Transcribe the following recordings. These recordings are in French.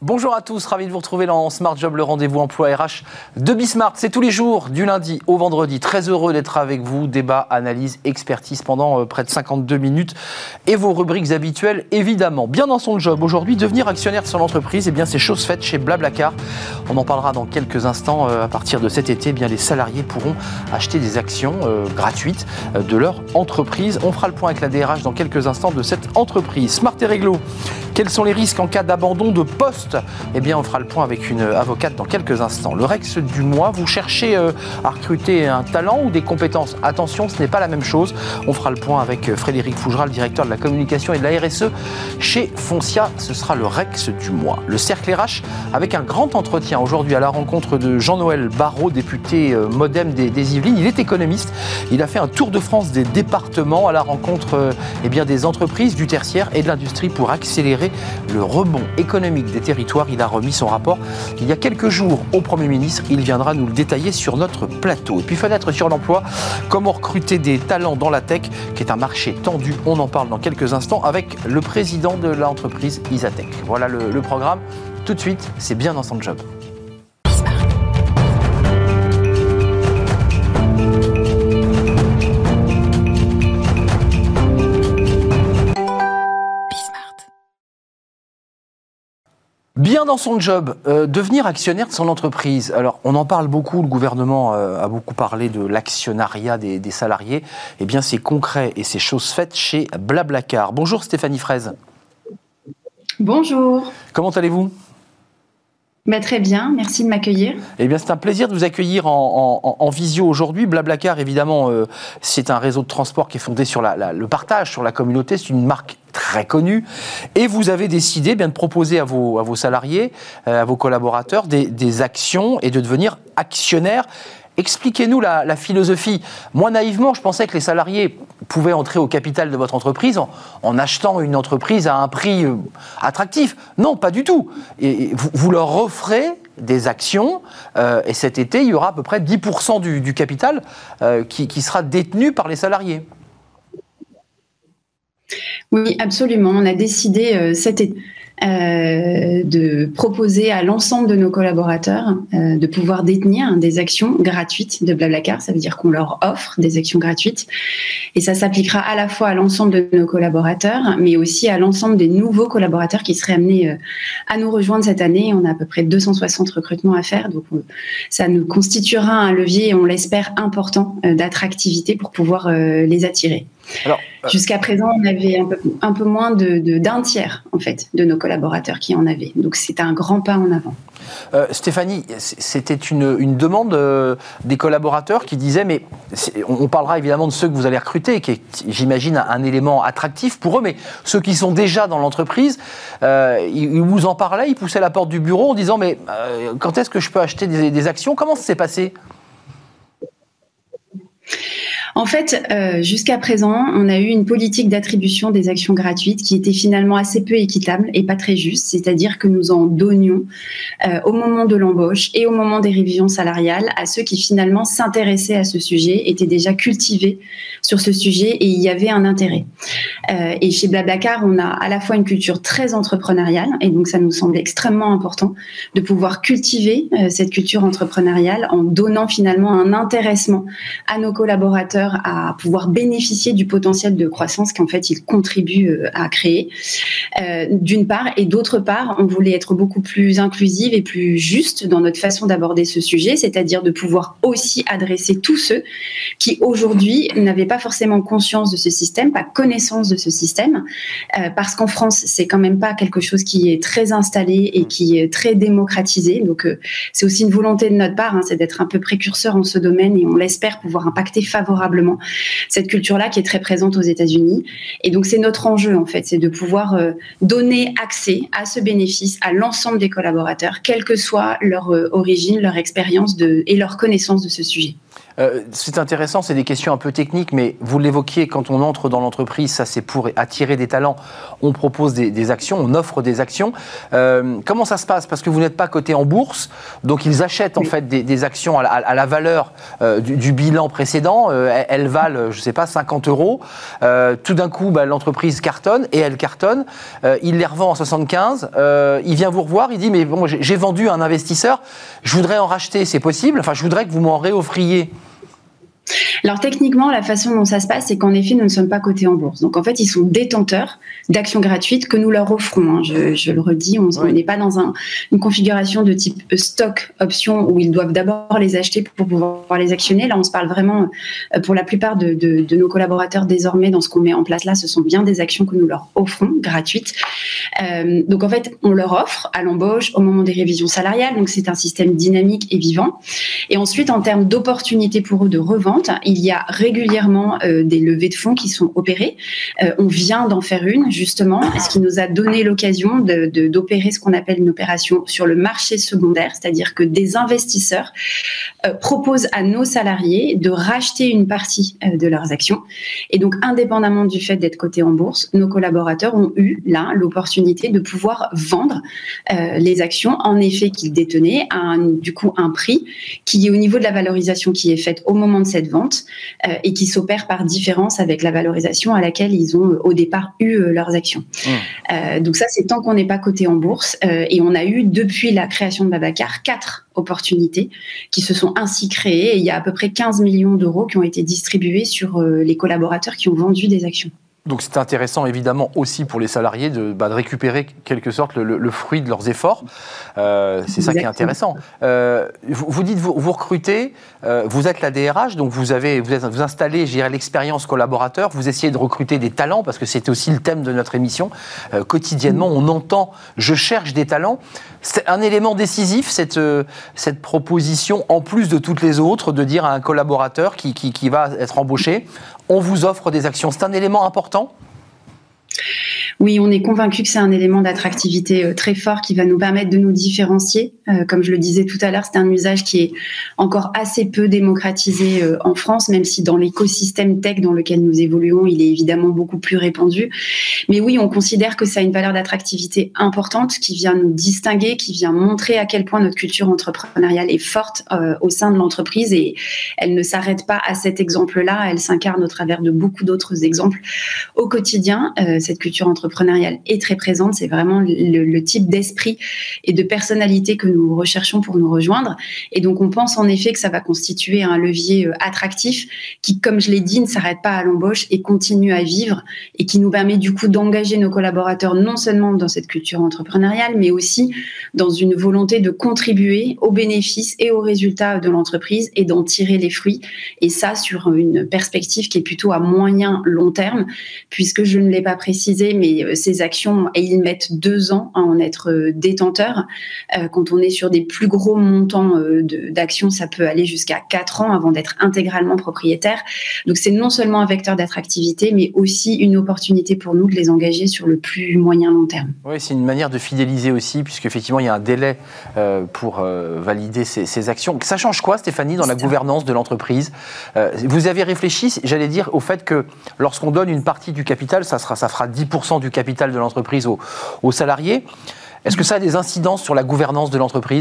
Bonjour à tous, ravi de vous retrouver dans Smart Job, le rendez-vous emploi RH de Bismart. C'est tous les jours, du lundi au vendredi. Très heureux d'être avec vous. Débat, analyse, expertise pendant près de 52 minutes. Et vos rubriques habituelles, évidemment. Bien dans son job, aujourd'hui, devenir actionnaire de son entreprise, eh bien, c'est chose faite chez Blablacar. On en parlera dans quelques instants. À partir de cet été, eh bien, les salariés pourront acheter des actions gratuites de leur entreprise. On fera le point avec la DRH dans quelques instants de cette entreprise. Smart et Réglo, quels sont les risques en cas d'abandon de poste ? Eh bien, on fera le point avec une avocate dans quelques instants. Le Rex du mois, vous cherchez à recruter un talent ou des compétences ? Attention, ce n'est pas la même chose. On fera le point avec Frédéric Fougera, le directeur de la communication et de la RSE chez Foncia. Ce sera le Rex du mois. Le Cercle RH avec un grand entretien aujourd'hui à la rencontre de Jean-Noël Barrot, député MoDem des Yvelines. Il est économiste. Il a fait un tour de France des départements à la rencontre des entreprises, du tertiaire et de l'industrie pour accélérer le rebond économique des territoires. Il a remis son rapport il y a quelques jours au Premier ministre. Il viendra nous le détailler sur notre plateau. Et puis fenêtre sur l'emploi, comment recruter des talents dans la tech, qui est un marché tendu. On en parle dans quelques instants avec le président de l'entreprise Isatech. Voilà le programme. Tout de suite, c'est bien dans son job. Bien dans son job, devenir actionnaire de son entreprise. Alors, on en parle beaucoup, le gouvernement a beaucoup parlé de l'actionnariat des salariés. Eh bien, c'est concret et c'est chose faite chez Blablacar. Bonjour Stéphanie Fraise. Bonjour. Comment allez-vous ? Très bien, merci de m'accueillir. Eh bien, c'est un plaisir de vous accueillir en visio aujourd'hui. Blablacar, évidemment, c'est un réseau de transport qui est fondé sur le partage, sur la communauté. C'est une marque très connue. Et vous avez décidé de proposer à vos salariés, à vos collaborateurs, des actions et de devenir actionnaire. Expliquez-nous la philosophie. Moi, naïvement, je pensais que les salariés pouvaient entrer au capital de votre entreprise en achetant une entreprise à un prix attractif. Non, pas du tout. Et vous leur offrez des actions et cet été, il y aura à peu près 10% du capital qui sera détenu par les salariés. Oui, absolument. On a décidé cet été de proposer à l'ensemble de nos collaborateurs de pouvoir détenir des actions gratuites de Blablacar. Ça veut dire qu'on leur offre des actions gratuites et ça s'appliquera à la fois à l'ensemble de nos collaborateurs, mais aussi à l'ensemble des nouveaux collaborateurs qui seraient amenés à nous rejoindre cette année. On a à peu près 260 recrutements à faire, donc ça nous constituera un levier, on l'espère, important d'attractivité pour pouvoir les attirer. Alors, jusqu'à présent, on avait un peu moins d'un tiers en fait de nos collaborateurs qui en avaient. Donc c'est un grand pas en avant. Stéphanie, c'était une demande des collaborateurs qui disaient, mais on parlera évidemment de ceux que vous allez recruter, qui est, j'imagine, un élément attractif pour eux, mais ceux qui sont déjà dans l'entreprise, ils vous en parlaient, ils poussaient la porte du bureau en disant, mais quand est-ce que je peux acheter des actions ? Comment ça s'est passé ? En fait, jusqu'à présent, on a eu une politique d'attribution des actions gratuites qui était finalement assez peu équitable et pas très juste. C'est-à-dire que nous en donnions au moment de l'embauche et au moment des révisions salariales à ceux qui finalement s'intéressaient à ce sujet, étaient déjà cultivés sur ce sujet et il y avait un intérêt. Et chez Blablacar, on a à la fois une culture très entrepreneuriale et donc ça nous semble extrêmement important de pouvoir cultiver cette culture entrepreneuriale en donnant finalement un intéressement à nos collaborateurs à pouvoir bénéficier du potentiel de croissance qu'en fait ils contribuent à créer, d'une part, et d'autre part, on voulait être beaucoup plus inclusive et plus juste dans notre façon d'aborder ce sujet, c'est-à-dire de pouvoir aussi adresser tous ceux qui aujourd'hui n'avaient pas forcément conscience de ce système, pas connaissance de ce système, parce qu'en France, c'est quand même pas quelque chose qui est très installé et qui est très démocratisé, donc c'est aussi une volonté de notre part, c'est d'être un peu précurseur en ce domaine et on l'espère pouvoir impacter favorablement cette culture-là qui est très présente aux États-Unis. Et donc, c'est notre enjeu, en fait, c'est de pouvoir donner accès à ce bénéfice à l'ensemble des collaborateurs, quelle que soit leur origine, leur expérience et leur connaissance de ce sujet. C'est intéressant, c'est des questions un peu techniques, mais vous l'évoquiez, quand on entre dans l'entreprise, ça c'est pour attirer des talents, on propose des actions, on offre des actions. Comment ça se passe? Parce que vous n'êtes pas coté en bourse, donc ils achètent en fait des actions à la valeur du bilan précédent, elles valent, je ne sais pas, 50 €. Tout d'un coup, l'entreprise cartonne, et elle cartonne, il les revend en 75, il vient vous revoir, il dit mais bon, j'ai vendu à un investisseur, je voudrais en racheter, c'est possible? Enfin, je voudrais que vous m'en réoffriez. Alors techniquement, la façon dont ça se passe, c'est qu'en effet, nous ne sommes pas cotés en bourse. Donc en fait, ils sont détenteurs d'actions gratuites que nous leur offrons. Je le redis, on n'est pas dans une configuration de type stock option où ils doivent d'abord les acheter pour pouvoir les actionner. Là, on se parle vraiment, pour la plupart de nos collaborateurs désormais, dans ce qu'on met en place là, ce sont bien des actions que nous leur offrons gratuites. Donc en fait, on leur offre à l'embauche au moment des révisions salariales. Donc c'est un système dynamique et vivant. Et ensuite, en termes d'opportunités pour eux de revente, il y a régulièrement des levées de fonds qui sont opérées. On vient d'en faire une, justement, ce qui nous a donné l'occasion d'opérer ce qu'on appelle une opération sur le marché secondaire, c'est-à-dire que des investisseurs proposent à nos salariés de racheter une partie de leurs actions. Et donc, indépendamment du fait d'être cotés en bourse, nos collaborateurs ont eu, là, l'opportunité de pouvoir vendre les actions, en effet, qu'ils détenaient à un prix qui est au niveau de la valorisation qui est faite au moment de cette vente et qui s'opère par différence avec la valorisation à laquelle ils ont au départ eu leurs actions. Donc ça, c'est tant qu'on n'est pas coté en bourse. Et on a eu, depuis la création de Babacar, 4 opportunités qui se sont ainsi créées. Et il y a à peu près 15 millions d'euros qui ont été distribués sur les collaborateurs qui ont vendu des actions. Donc c'est intéressant évidemment aussi pour les salariés de récupérer quelque sorte le fruit de leurs efforts. C'est ça qui est intéressant. Vous dites, vous recrutez, vous êtes la DRH, donc vous installez, je dirais, l'expérience collaborateur, vous essayez de recruter des talents, parce que c'est aussi le thème de notre émission. Quotidiennement, on entend « je cherche des talents ». C'est un élément décisif, cette proposition, en plus de toutes les autres, de dire à un collaborateur qui va être embauché, on vous offre des actions. C'est un élément important ? Oui, on est convaincu que c'est un élément d'attractivité très fort qui va nous permettre de nous différencier. Comme je le disais tout à l'heure, c'est un usage qui est encore assez peu démocratisé en France, même si dans l'écosystème tech dans lequel nous évoluons, il est évidemment beaucoup plus répandu. Mais oui, on considère que ça a une valeur d'attractivité importante qui vient nous distinguer, qui vient montrer à quel point notre culture entrepreneuriale est forte au sein de l'entreprise, et elle ne s'arrête pas à cet exemple-là, elle s'incarne au travers de beaucoup d'autres exemples au quotidien. Cette culture entrepreneuriale est très présente, c'est vraiment le type d'esprit et de personnalité que nous recherchons pour nous rejoindre. Et donc, on pense en effet que ça va constituer un levier attractif qui, comme je l'ai dit, ne s'arrête pas à l'embauche et continue à vivre, et qui nous permet du coup d'engager nos collaborateurs non seulement dans cette culture entrepreneuriale, mais aussi dans une volonté de contribuer aux bénéfices et aux résultats de l'entreprise et d'en tirer les fruits. Et ça, sur une perspective qui est plutôt à moyen long terme, puisque je ne l'ai pas précisé, mais ces actions, et ils mettent 2 ans à en être détenteurs. Quand on est sur des plus gros montants d'actions, ça peut aller jusqu'à 4 ans avant d'être intégralement propriétaire. Donc c'est non seulement un vecteur d'attractivité, mais aussi une opportunité pour nous de les engager sur le plus moyen long terme. Oui, c'est une manière de fidéliser aussi, puisqu'effectivement il y a un délai pour valider ces actions. Ça change quoi, Stéphanie, dans la gouvernance de l'entreprise ? Vous avez réfléchi, j'allais dire, au fait que lorsqu'on donne une partie du capital, ça fera 10% du capital de l'entreprise aux salariés. Est-ce que ça a des incidences sur la gouvernance de l'entreprise ?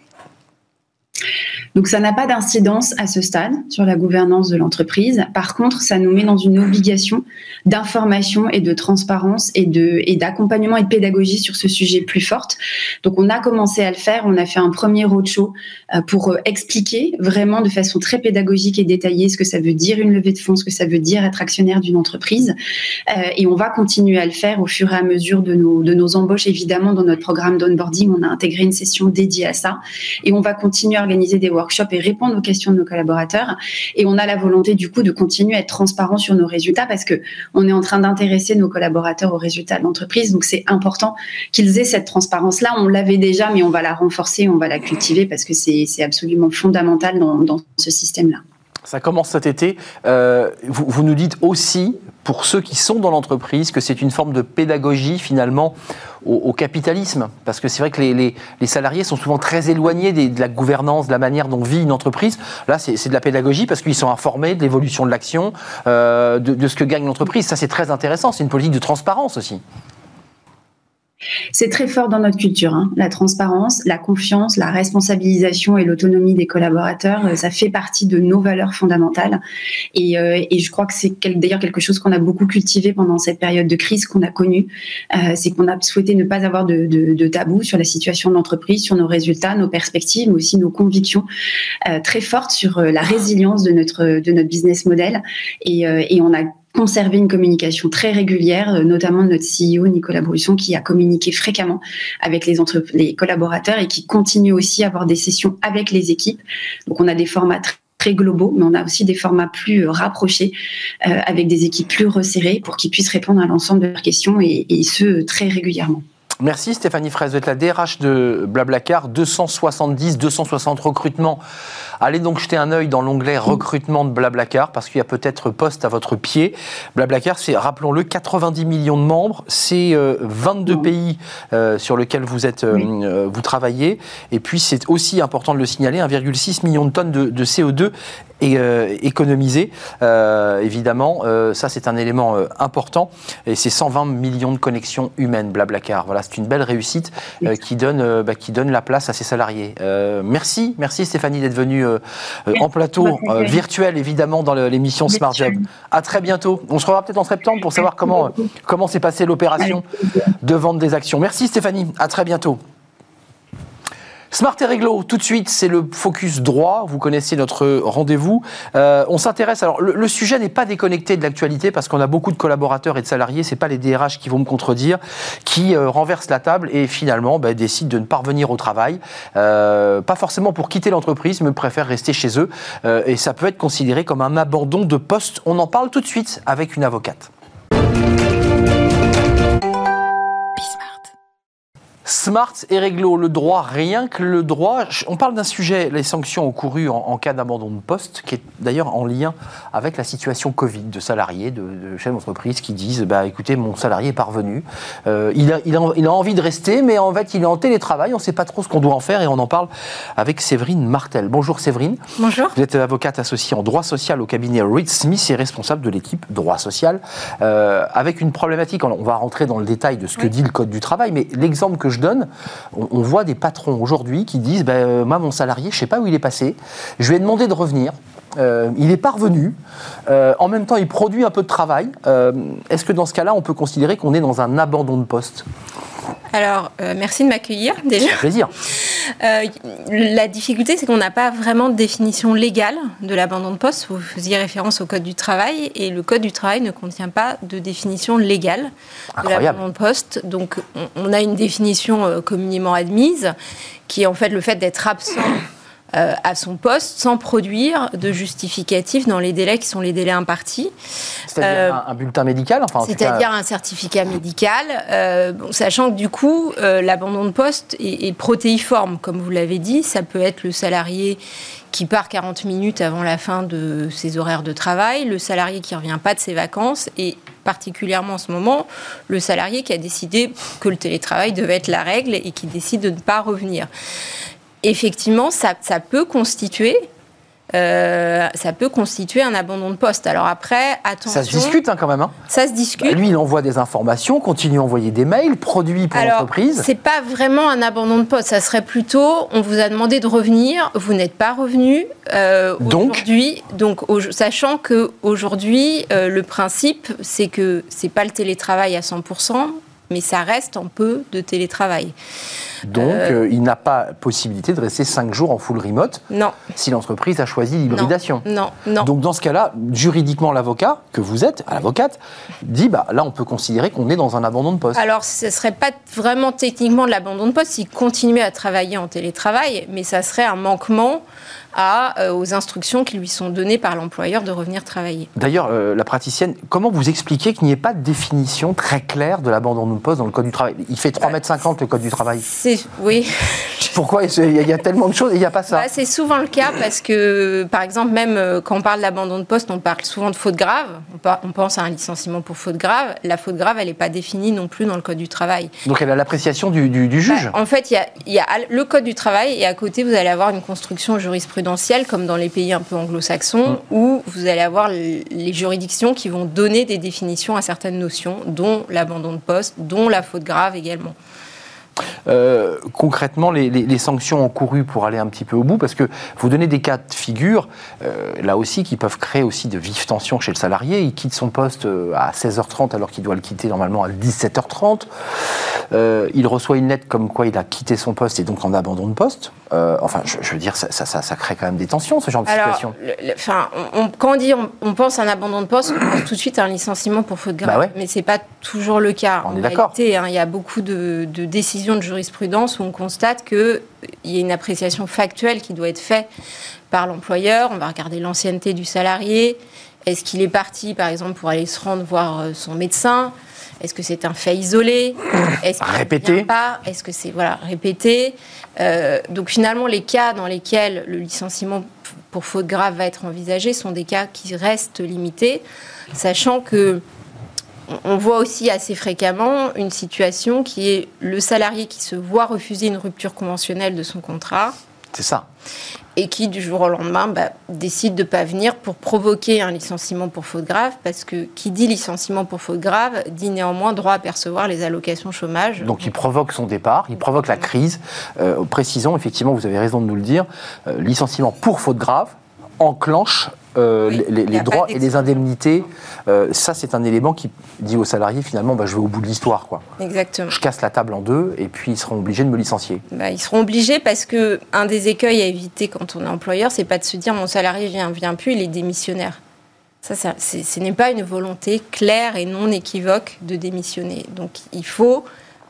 Donc ça n'a pas d'incidence à ce stade sur la gouvernance de l'entreprise. Par contre, ça nous met dans une obligation d'information et de transparence et d'accompagnement et de pédagogie sur ce sujet plus forte. Donc on a commencé à le faire, on a fait un premier roadshow pour expliquer vraiment de façon très pédagogique et détaillée ce que ça veut dire une levée de fonds, ce que ça veut dire être actionnaire d'une entreprise. Et on va continuer à le faire au fur et à mesure de nos embauches. Évidemment, dans notre programme d'onboarding, on a intégré une session dédiée à ça. Et on va continuer à organiser des workshops et répondre aux questions de nos collaborateurs. Et on a la volonté du coup de continuer à être transparent sur nos résultats, parce que on est en train d'intéresser nos collaborateurs aux résultats de l'entreprise. Donc c'est important qu'ils aient cette transparence-là. On l'avait déjà, mais on va la renforcer, on va la cultiver, parce que c'est absolument fondamental dans ce système-là. Ça commence cet été. Vous nous dites aussi, pour ceux qui sont dans l'entreprise, que c'est une forme de pédagogie finalement au capitalisme. Parce que c'est vrai que les salariés sont souvent très éloignés de la gouvernance, de la manière dont vit une entreprise. Là, c'est de la pédagogie parce qu'ils sont informés de l'évolution de l'action, de ce que gagne l'entreprise. Ça, c'est très intéressant. C'est une politique de transparence aussi. C'est très fort dans notre culture, hein. La transparence, la confiance, la responsabilisation et l'autonomie des collaborateurs, ça fait partie de nos valeurs fondamentales. Et je crois que c'est d'ailleurs quelque chose qu'on a beaucoup cultivé pendant cette période de crise qu'on a connue. C'est qu'on a souhaité ne pas avoir de tabou sur la situation de l'entreprise, sur nos résultats, nos perspectives, mais aussi nos convictions très fortes sur la résilience de notre business model. Et on a conserver une communication très régulière, notamment de notre CEO Nicolas Brusson, qui a communiqué fréquemment avec les collaborateurs et qui continue aussi à avoir des sessions avec les équipes. Donc on a des formats très globaux, mais on a aussi des formats plus rapprochés avec des équipes plus resserrées pour qu'ils puissent répondre à l'ensemble de leurs questions et ce très régulièrement. Merci Stéphanie Fraisse, vous êtes la DRH de Blablacar, 260 recrutements. Allez donc jeter un œil dans l'onglet recrutement de Blablacar parce qu'il y a peut-être poste à votre pied. Blablacar, c'est, rappelons-le, 90 millions de membres, c'est 22 pays sur lesquels vous travaillez. Et puis c'est aussi important de le signaler, 1,6 million de tonnes de CO2 économisées. Évidemment, ça c'est un élément important. Et c'est 120 millions de connexions humaines, Blablacar. Voilà, c'est une belle réussite qui donne la place à ses salariés. Merci Stéphanie d'être venue en plateau virtuel, évidemment, dans l'émission Smart Job. À très bientôt. On se revoit peut-être en septembre pour savoir comment s'est passée l'opération de vente des actions. Merci Stéphanie, à très bientôt. Smart et Réglo, tout de suite, c'est le focus droit. Vous connaissez notre rendez-vous. On s'intéresse. Alors, le sujet n'est pas déconnecté de l'actualité parce qu'on a beaucoup de collaborateurs et de salariés. C'est pas les DRH qui vont me contredire, qui renversent la table et finalement décident de ne pas revenir au travail. Pas forcément pour quitter l'entreprise, mais préfèrent rester chez eux. Et ça peut être considéré comme un abandon de poste. On en parle tout de suite avec une avocate. Smart et Réglo, le droit, rien que le droit. On parle d'un sujet, les sanctions encourues en cas d'abandon de poste, qui est d'ailleurs en lien avec la situation Covid de salariés, de chefs d'entreprise qui disent écoutez, mon salarié est parvenu, il a envie de rester, mais en fait il est en télétravail, on ne sait pas trop ce qu'on doit en faire et on en parle avec Séverine Martel. Bonjour Séverine. Bonjour. Vous êtes avocate associée en droit social au cabinet Reed Smith et responsable de l'équipe droit social, avec une problématique. On va rentrer dans le détail de ce que dit le Code du travail, mais l'exemple que je donne, on voit des patrons aujourd'hui qui disent moi, mon salarié, je ne sais pas où il est passé, je lui ai demandé de revenir, il n'est pas revenu, en même temps il produit un peu de travail. Est-ce que dans ce cas-là, on peut considérer qu'on est dans un abandon de poste ? Alors, merci de m'accueillir déjà. C'est un plaisir. La difficulté, c'est qu'on n'a pas vraiment de définition légale de l'abandon de poste. Vous faisiez référence au Code du travail et le Code du travail ne contient pas de définition légale de l'abandon de poste. Donc, on a une définition communément admise qui est en fait le fait d'être absent à son poste sans produire de justificatif dans les délais qui sont les délais impartis. C'est-à-dire un bulletin médical, c'est-à-dire un certificat médical, sachant que du coup, l'abandon de poste est protéiforme, comme vous l'avez dit. Ça peut être le salarié qui part 40 minutes avant la fin de ses horaires de travail, le salarié qui ne revient pas de ses vacances et particulièrement en ce moment, le salarié qui a décidé que le télétravail devait être la règle et qui décide de ne pas revenir. Effectivement, ça peut constituer un abandon de poste. Alors après, attention... Ça se discute quand même. Ça se discute. Lui, il envoie des informations, continue à envoyer des mails, produit pour l'entreprise. Alors, c'est pas vraiment un abandon de poste. Ça serait plutôt, on vous a demandé de revenir, vous n'êtes pas revenu aujourd'hui. Donc, sachant qu'aujourd'hui, le principe, c'est que c'est pas le télétravail à 100%, mais ça reste un peu de télétravail. Donc, il n'a pas possibilité de rester 5 jours en full remote. Non. Si l'entreprise a choisi l'hybridation. Non. Donc, dans ce cas-là, juridiquement, l'avocat, que vous êtes, l'avocate, dit, là, on peut considérer qu'on est dans un abandon de poste. Alors, ce ne serait pas vraiment techniquement de l'abandon de poste s'il continuait à travailler en télétravail, mais ça serait un manquement aux instructions qui lui sont données par l'employeur de revenir travailler. D'ailleurs, la praticienne, comment vous expliquez qu'il n'y ait pas de définition très claire de l'abandon de poste dans le Code du travail? Il fait 3,50 m le Code du travail. Oui. Pourquoi il y a tellement de choses et il n'y a pas ça? C'est souvent le cas parce que, par exemple, même quand on parle d'abandon de poste, on parle souvent de faute grave. On pense à un licenciement pour faute grave. La faute grave, elle n'est pas définie non plus dans le Code du travail. Donc elle a l'appréciation du juge. En fait, il y a le Code du travail et à côté, vous allez avoir une construction jurisprudentielle comme dans les pays un peu anglo-saxons où vous allez avoir les juridictions qui vont donner des définitions à certaines notions, dont l'abandon de poste, dont la faute grave également. Concrètement, les sanctions encourues pour aller un petit peu au bout, parce que vous donnez des cas de figure, là aussi, qui peuvent créer aussi de vives tensions chez le salarié. Il quitte son poste à 16h30 alors qu'il doit le quitter normalement à 17h30. Il reçoit une lettre comme quoi il a quitté son poste et donc en abandon de poste. Enfin, je veux dire, ça crée quand même des tensions, ce genre de situation. Quand on pense à un abandon de poste, on pense tout de suite à un licenciement pour faute grave. Mais ce n'est pas toujours le cas. On est d'accord. Il y a beaucoup de décisions de jurisprudence où on constate qu'il y a une appréciation factuelle qui doit être faite par l'employeur. On va regarder l'ancienneté du salarié. Est-ce qu'il est parti, par exemple, pour aller se rendre voir son médecin? Est-ce que c'est un fait isolé? Est-ce qu'il répété? Vient pas? Est-ce que c'est répété? Donc finalement, les cas dans lesquels le licenciement pour faute grave va être envisagé sont des cas qui restent limités, sachant que on voit aussi assez fréquemment une situation qui est le salarié qui se voit refuser une rupture conventionnelle de son contrat. C'est ça. Et qui, du jour au lendemain, décide de ne pas venir pour provoquer un licenciement pour faute grave, parce que qui dit licenciement pour faute grave dit néanmoins droit à percevoir les allocations chômage. Donc il provoque son départ, il provoque la crise. Précisons, effectivement, vous avez raison de nous le dire, licenciement pour faute grave enclenche les droits et les indemnités. Ça, c'est un élément qui dit aux salariés, finalement, je vais au bout de l'histoire, quoi. Exactement. Je casse la table en deux et puis ils seront obligés de me licencier. Ils seront obligés parce qu'un des écueils à éviter quand on est employeur, c'est pas de se dire mon salarié vient plus, il est démissionnaire. Ce n'est pas une volonté claire et non équivoque de démissionner. Donc il faut...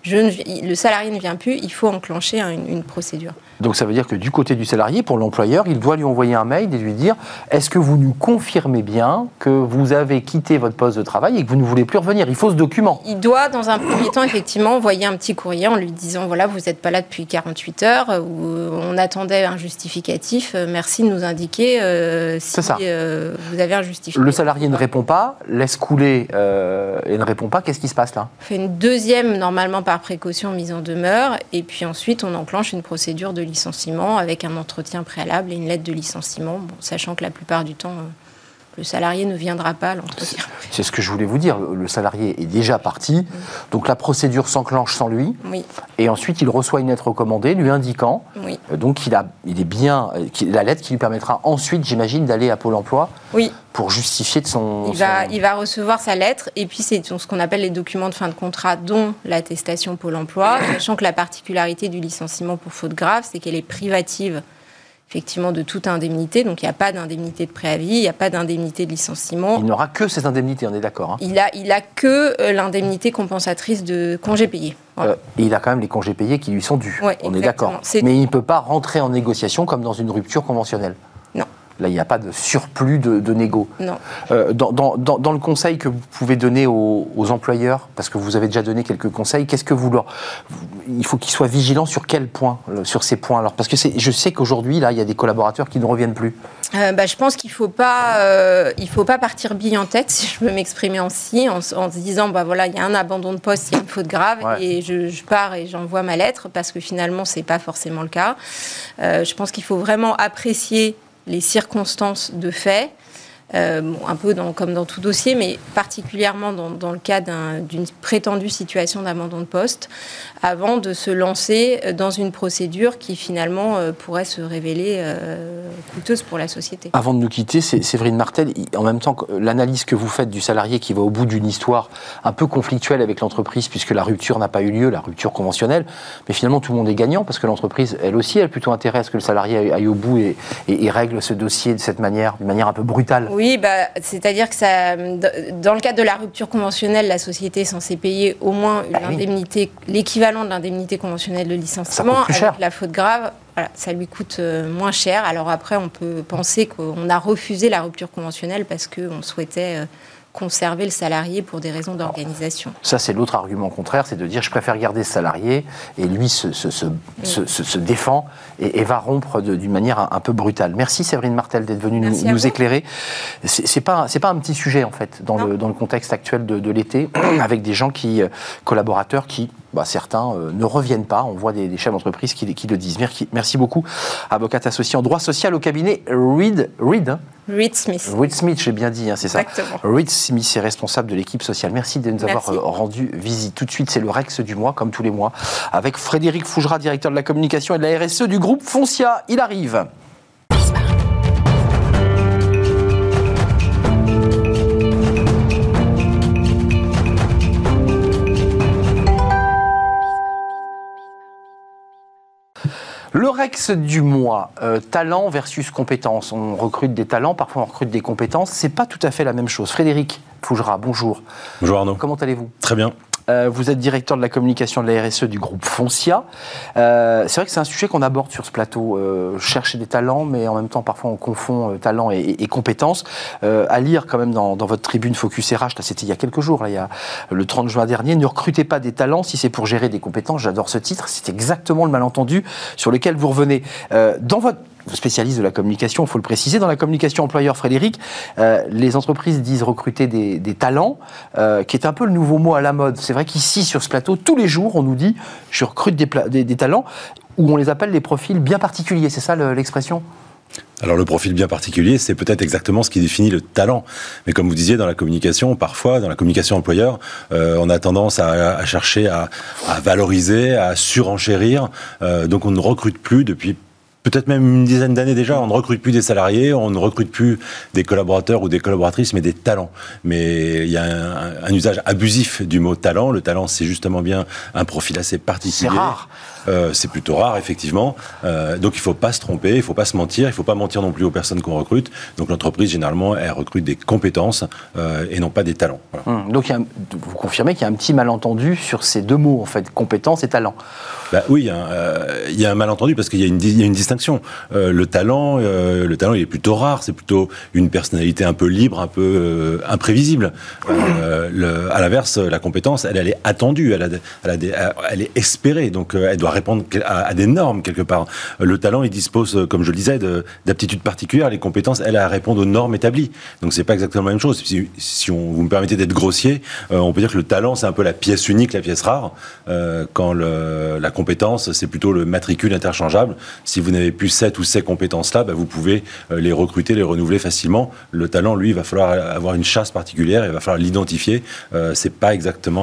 le salarié ne vient plus, il faut enclencher une procédure. Donc ça veut dire que du côté du salarié, pour l'employeur, il doit lui envoyer un mail et lui dire « Est-ce que vous nous confirmez bien que vous avez quitté votre poste de travail et que vous ne voulez plus revenir ?» Il faut ce document. Il doit, dans un premier temps, effectivement, envoyer un petit courrier en lui disant « Voilà, vous n'êtes pas là depuis 48 heures, ou on attendait un justificatif, merci de nous indiquer si vous avez un justificatif. » Le salarié ne répond pas, laisse couler et ne répond pas. Qu'est-ce qui se passe là? On fait une deuxième, normalement par précaution, mise en demeure, et puis ensuite on enclenche une procédure de licenciement avec un entretien préalable et une lettre de licenciement, sachant que la plupart du temps, le salarié ne viendra pas à l'entretien. C'est ce que je voulais vous dire. Le salarié est déjà parti, donc la procédure s'enclenche sans lui. Oui. Et ensuite, il reçoit une lettre recommandée lui indiquant, donc il est bien, la lettre qui lui permettra ensuite, j'imagine, d'aller à Pôle emploi pour justifier de son... Il va recevoir sa lettre, et puis c'est ce qu'on appelle les documents de fin de contrat, dont l'attestation Pôle emploi, sachant que la particularité du licenciement pour faute grave, c'est qu'elle est privative effectivement de toute indemnité, donc il n'y a pas d'indemnité de préavis, il n'y a pas d'indemnité de licenciement. Il n'aura que ces indemnités, on est d'accord, hein. Il a que l'indemnité compensatrice de congés payés. Voilà. Et il a quand même les congés payés qui lui sont dus, on est d'accord. Mais il ne peut pas rentrer en négociation comme dans une rupture conventionnelle. Non. Là, il n'y a pas de surplus de négo. Non. Dans le conseil que vous pouvez donner aux employeurs, parce que vous avez déjà donné quelques conseils, qu'est-ce que il faut qu'ils soient vigilants sur quel point, sur ces points? Alors, parce que je sais qu'aujourd'hui, là, il y a des collaborateurs qui ne reviennent plus. Je pense qu'il faut pas partir bille en tête, si je peux m'exprimer ainsi, en se disant, il y a un abandon de poste, il y a une faute grave, et je pars et j'envoie ma lettre, parce que finalement, c'est pas forcément le cas. Je pense qu'il faut vraiment apprécier les circonstances de fait, un peu comme dans tout dossier, mais particulièrement dans le cas d'une prétendue situation d'abandon de poste, avant de se lancer dans une procédure qui finalement pourrait se révéler coûteuse pour la société. Avant de nous quitter, Séverine Martel, en même temps, l'analyse que vous faites du salarié qui va au bout d'une histoire un peu conflictuelle avec l'entreprise, puisque la rupture n'a pas eu lieu, la rupture conventionnelle, mais finalement tout le monde est gagnant, parce que l'entreprise, elle aussi, elle a plutôt intérêt à ce que le salarié aille au bout et règle ce dossier de cette manière, d'une manière un peu brutale. Oui, c'est-à-dire que dans le cadre de la rupture conventionnelle, la société est censée payer au moins l'indemnité, l'équivalent de l'indemnité conventionnelle de licenciement. Ça coûte plus cher. Avec la faute grave, voilà, ça lui coûte moins cher. Alors après, on peut penser qu'on a refusé la rupture conventionnelle parce qu'on souhaitait conserver le salarié pour des raisons d'organisation. Ça, c'est l'autre argument contraire, c'est de dire je préfère garder ce salarié, et lui se défend et va rompre d'une manière un peu brutale. Merci Séverine Martel d'être venue nous éclairer. C'est pas un petit sujet en fait dans le contexte actuel de l'été, avec des gens collaborateurs qui, certains ne reviennent pas. On voit des chefs d'entreprise qui le disent. Merci beaucoup, avocate associée en droit social au cabinet Reed Smith. Reed Smith, j'ai bien dit, c'est ça. Exactement. Reed Smith est responsable de l'équipe sociale. Merci de nous avoir rendu visite. Tout de suite, c'est le Rex du mois, comme tous les mois, avec Frédéric Fougera, directeur de la communication et de la RSE du groupe Foncia. Il arrive. Le Rex du mois, talent versus compétences. On recrute des talents, parfois on recrute des compétences. C'est pas tout à fait la même chose. Frédéric Fougera, bonjour. Bonjour Arnaud. Comment allez-vous ? Très bien. Vous êtes directeur de la communication de la RSE du groupe Foncia. C'est vrai que c'est un sujet qu'on aborde sur ce plateau. Chercher des talents, mais en même temps, parfois, on confond talent et compétences. À lire quand même dans votre tribune Focus RH, là, c'était il y a quelques jours, là, il y a le 30 juin dernier, ne recrutez pas des talents si c'est pour gérer des compétences. J'adore ce titre. C'est exactement le malentendu sur lequel vous revenez. Dans votre spécialiste de la communication, il faut le préciser, dans la communication employeur, Frédéric, les entreprises disent recruter des talents, qui est un peu le nouveau mot à la mode. C'est vrai qu'ici, sur ce plateau, tous les jours, on nous dit « je recrute des talents », ou on les appelle les profils bien particuliers. C'est ça l'expression ? Alors le profil bien particulier, c'est peut-être exactement ce qui définit le talent. Mais comme vous disiez, dans la communication, parfois, dans la communication employeur, on a tendance à chercher à valoriser, à surenchérir. Donc on ne recrute plus depuis peut-être même une dizaine d'années déjà, on ne recrute plus des salariés, on ne recrute plus des collaborateurs ou des collaboratrices, mais des talents. Mais il y a un usage abusif du mot talent. Le talent, c'est justement bien un profil assez particulier. C'est rare. C'est plutôt rare, effectivement. Donc il ne faut pas se tromper, il ne faut pas se mentir, il ne faut pas mentir non plus aux personnes qu'on recrute. Donc l'entreprise, généralement, elle recrute des compétences et non pas des talents. Voilà. Donc vous confirmez qu'il y a un petit malentendu sur ces deux mots, en fait, compétences et talent. Oui, il y a un malentendu parce qu'il y a une distinction. Le talent, il est plutôt rare, c'est plutôt une personnalité un peu libre, un peu imprévisible. À l'inverse, la compétence, elle est attendue, elle est espérée, donc elle doit répondre à des normes quelque part. Le talent, il dispose, comme je le disais, d'aptitudes particulières. Les compétences, elles répondent aux normes établies. Donc c'est pas exactement la même chose. Si vous me permettez d'être grossier, on peut dire que le talent, c'est un peu la pièce unique, la pièce rare, quand la compétence, c'est plutôt le matricule interchangeable. Si vous n'avez plus cette ou ces compétences-là, vous pouvez les recruter, les renouveler facilement. Le talent, lui, il va falloir avoir une chasse particulière, il va falloir l'identifier. C'est pas exactement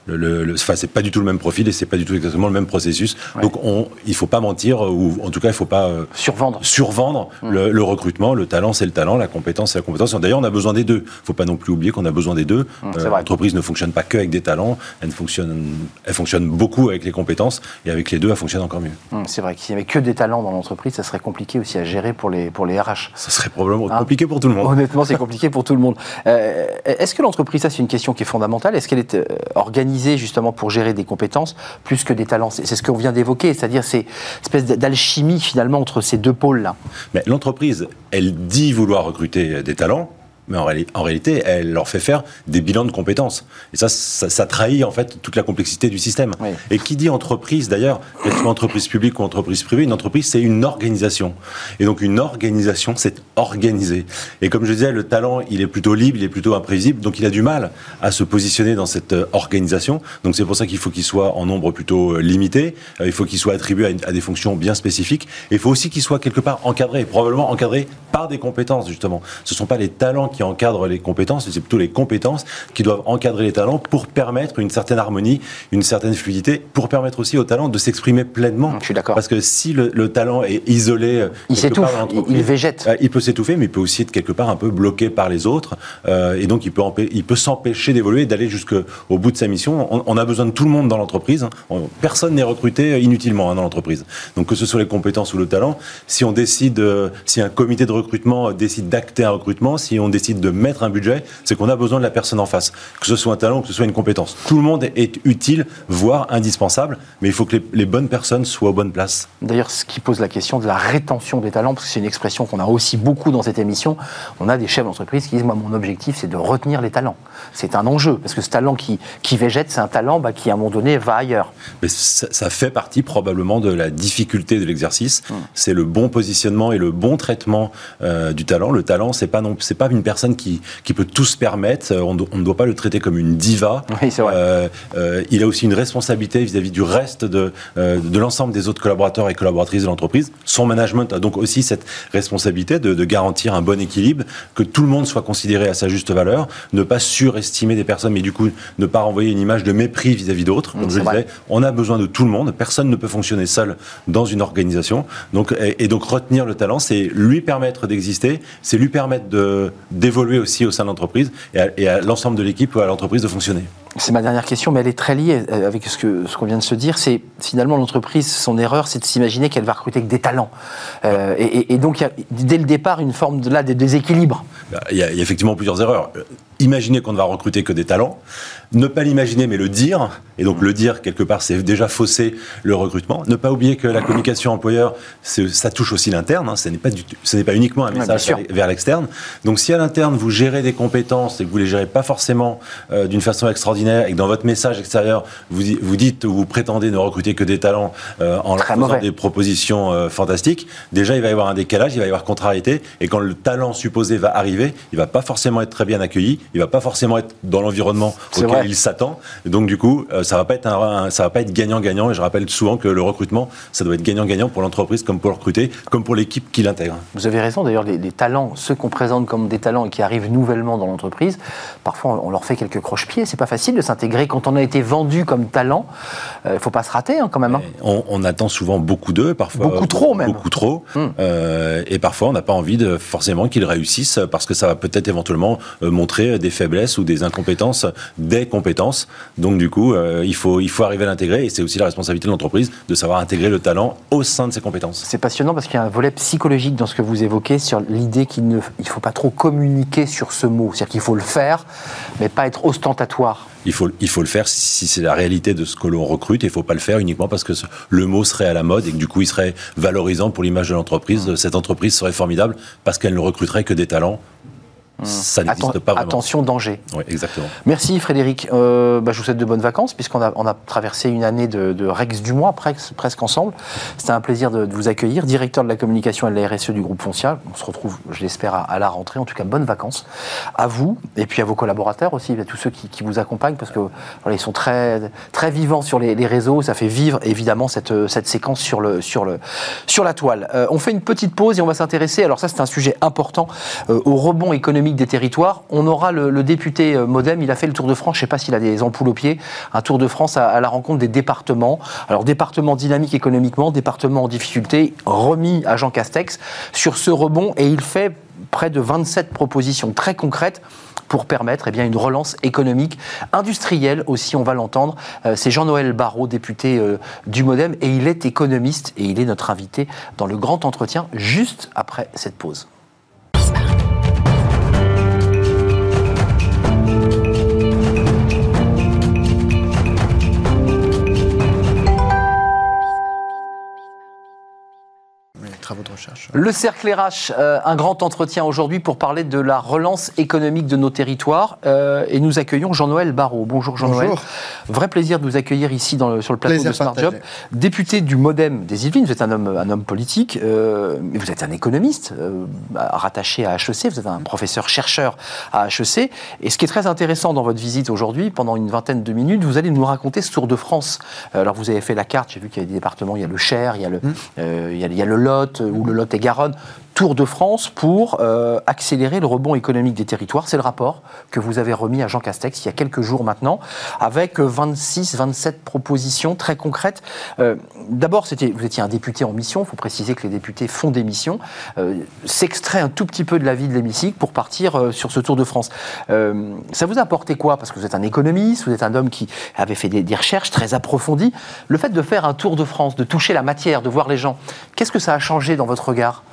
c'est pas du tout le même profil et c'est pas du tout exactement le même processus. Ouais. Donc il faut pas mentir, ou en tout cas il faut pas survendre le recrutement. Le talent, c'est le talent, la compétence, c'est la compétence. D'ailleurs, on a besoin des deux. Faut pas non plus oublier qu'on a besoin des deux. L'entreprise ne fonctionne pas que avec des talents, elle fonctionne beaucoup avec les compétences, et avec les deux, elle fonctionne encore mieux. C'est vrai que s'il n'y avait que des talents dans l'entreprise, ça serait compliqué aussi à gérer pour les RH. Ça serait probablement compliqué pour tout le monde. Honnêtement, c'est compliqué pour tout le monde. Est-ce que l'entreprise, ça c'est une question qui est fondamentale, est-ce qu'elle est organisée justement pour gérer des compétences plus que des talents ? C'est ce qu'on vient d'évoquer, c'est-à-dire c'est une espèce d'alchimie finalement entre ces deux pôles-là. Mais l'entreprise, elle dit vouloir recruter des talents, mais en réalité, elle leur fait faire des bilans de compétences. Et ça trahit en fait toute la complexité du système. Oui. Et qui dit entreprise, d'ailleurs, que ce soit entreprise publique ou entreprise privée, une entreprise, c'est une organisation. Et donc une organisation, c'est organisé. Et comme je disais, le talent, il est plutôt libre, il est plutôt imprévisible, donc il a du mal à se positionner dans cette organisation. Donc c'est pour ça qu'il faut qu'il soit en nombre plutôt limité, il faut qu'il soit attribué à des fonctions bien spécifiques, et il faut aussi qu'il soit quelque part encadré, probablement encadré par des compétences, justement. Ce ne sont pas les talents qui encadrent les compétences, c'est plutôt les compétences qui doivent encadrer les talents pour permettre une certaine harmonie, une certaine fluidité, pour permettre aussi aux talents de s'exprimer pleinement. Je suis d'accord. Parce que si le talent est isolé, il s'étouffe, il végète. Il peut s'étouffer, mais il peut aussi être quelque part un peu bloqué par les autres, et donc il peut s'empêcher d'évoluer, d'aller jusqu'au bout de sa mission. On a besoin de tout le monde dans l'entreprise. Personne n'est recruté inutilement dans l'entreprise. Donc que ce soit les compétences ou le talent, si un comité de recrutement décide d'acter un recrutement, si on décide décide de mettre un budget, c'est qu'on a besoin de la personne en face. Que ce soit un talent ou que ce soit une compétence. Tout le monde est utile, voire indispensable, mais il faut que les bonnes personnes soient aux bonnes places. D'ailleurs, ce qui pose la question de la rétention des talents, parce que c'est une expression qu'on a aussi beaucoup dans cette émission, on a des chefs d'entreprise qui disent « Moi, mon objectif, c'est de retenir les talents ». C'est un enjeu, parce que ce talent qui végète, c'est un talent qui, à un moment donné, va ailleurs. Mais ça fait partie probablement de la difficulté de l'exercice. C'est le bon positionnement et le bon traitement du talent. Le talent, c'est pas une personne qui peut tout se permettre. On ne doit pas le traiter comme une diva. Oui, c'est vrai. Il a aussi une responsabilité vis-à-vis du reste de l'ensemble des autres collaborateurs et collaboratrices de l'entreprise. Son management a donc aussi cette responsabilité de garantir un bon équilibre, que tout le monde soit considéré à sa juste valeur, ne pas surestimer des personnes, mais du coup ne pas renvoyer une image de mépris vis-à-vis d'autres. Comme je le disais, on a besoin de tout le monde. Personne ne peut fonctionner seul dans une organisation. Donc retenir le talent, c'est lui permettre d'exister, c'est lui permettre d'évoluer aussi au sein de l'entreprise et à l'ensemble de l'équipe ou à l'entreprise de fonctionner. C'est ma dernière question, mais elle est très liée avec ce qu'on vient de se dire. C'est finalement l'entreprise, son erreur, c'est de s'imaginer qu'elle va recruter que des talents. Et donc, il y a dès le départ une forme de déséquilibre. Il y a effectivement plusieurs erreurs. Imaginer qu'on ne va recruter que des talents, ne pas l'imaginer mais le dire, et donc le dire quelque part c'est déjà fausser le recrutement. Ne pas oublier que la communication employeur, ça touche aussi l'interne, ce n'est pas uniquement un message vers l'externe. Donc si à l'interne vous gérez des compétences et que vous les gérez pas forcément d'une façon extraordinaire et que dans votre message extérieur vous dites ou vous prétendez ne recruter que des talents en leur faisant des propositions fantastiques, déjà il va y avoir un décalage, il va y avoir contrariété, et quand le talent supposé va arriver, il va pas forcément être très bien accueilli, il va pas forcément être dans l'environnement auquel il s'attend. Donc du coup, ça va pas être gagnant-gagnant. Et je rappelle souvent que le recrutement, ça doit être gagnant-gagnant pour l'entreprise, comme pour le recruter, comme pour l'équipe qui l'intègre. Vous avez raison. D'ailleurs, les talents, ceux qu'on présente comme des talents et qui arrivent nouvellement dans l'entreprise, parfois on leur fait quelques croche-pieds. C'est pas facile de s'intégrer quand on a été vendu comme talent. Il faut pas se rater quand même. On attend souvent beaucoup d'eux, parfois beaucoup trop même. Beaucoup trop. Et parfois, on n'a pas envie forcément qu'ils réussissent parce que ça va peut-être éventuellement montrer des faiblesses ou des incompétences, des compétences. Donc du coup, il faut arriver à l'intégrer, et c'est aussi la responsabilité de l'entreprise de savoir intégrer le talent au sein de ses compétences. C'est passionnant parce qu'il y a un volet psychologique dans ce que vous évoquez sur l'idée qu'il ne faut pas trop communiquer sur ce mot. C'est-à-dire qu'il faut le faire, mais pas être ostentatoire. Il faut le faire si c'est la réalité de ce que l'on recrute, et il ne faut pas le faire uniquement parce que le mot serait à la mode et que du coup il serait valorisant pour l'image de l'entreprise. Cette entreprise serait formidable parce qu'elle ne recruterait que des talents. Ça n'existe pas vraiment. Attention, danger. Oui, exactement. Merci Frédéric. Je vous souhaite de bonnes vacances, puisqu'on a traversé une année de Rex du mois, presque ensemble. C'était un plaisir de vous accueillir, directeur de la communication et de la RSE du groupe Foncia. On se retrouve, je l'espère, à la rentrée. En tout cas, bonnes vacances à vous, et puis à vos collaborateurs aussi, à tous ceux qui vous accompagnent, parce que ils sont très, très vivants sur les réseaux. Ça fait vivre, évidemment, cette séquence sur la toile. On fait une petite pause et on va s'intéresser, alors ça c'est un sujet important, au rebond économique des territoires. On aura le député Modem, il a fait le tour de France, je ne sais pas s'il a des ampoules aux pieds, un tour de France à la rencontre des départements. Alors départements dynamiques économiquement, départements en difficulté, remis à Jean Castex sur ce rebond, et il fait près de 27 propositions très concrètes pour permettre une relance économique, industrielle aussi, on va l'entendre. C'est Jean-Noël Barrot, député du Modem, et il est économiste, et il est notre invité dans le grand entretien juste après cette pause. Travaux de recherche. Le Cercle RH, un grand entretien aujourd'hui pour parler de la relance économique de nos territoires. Et nous accueillons Jean-Noël Barrot. Bonjour Jean-Noël. Bonjour. Vrai plaisir de vous accueillir ici sur le plateau de Smart Job. Député du Modem des Yvelines, vous êtes un homme politique, mais vous êtes un économiste rattaché à HEC, vous êtes un professeur-chercheur à HEC. Et ce qui est très intéressant dans votre visite aujourd'hui, pendant une vingtaine de minutes, vous allez nous raconter ce Tour de France. Alors vous avez fait la carte, j'ai vu qu'il y a des départements, il y a le Cher, il y a le Lot, ou le Lot-et-Garonne. Tour de France pour accélérer le rebond économique des territoires. C'est le rapport que vous avez remis à Jean Castex il y a quelques jours maintenant, avec 26-27 propositions très concrètes. D'abord, vous étiez un député en mission. Il faut préciser que les députés font des missions. S'extrait un tout petit peu de la vie de l'hémicycle pour partir sur ce Tour de France. Ça vous a apporté quoi? Parce que vous êtes un économiste, vous êtes un homme qui avait fait des recherches très approfondies. Le fait de faire un Tour de France, de toucher la matière, de voir les gens, qu'est-ce que ça a changé dans votre regard?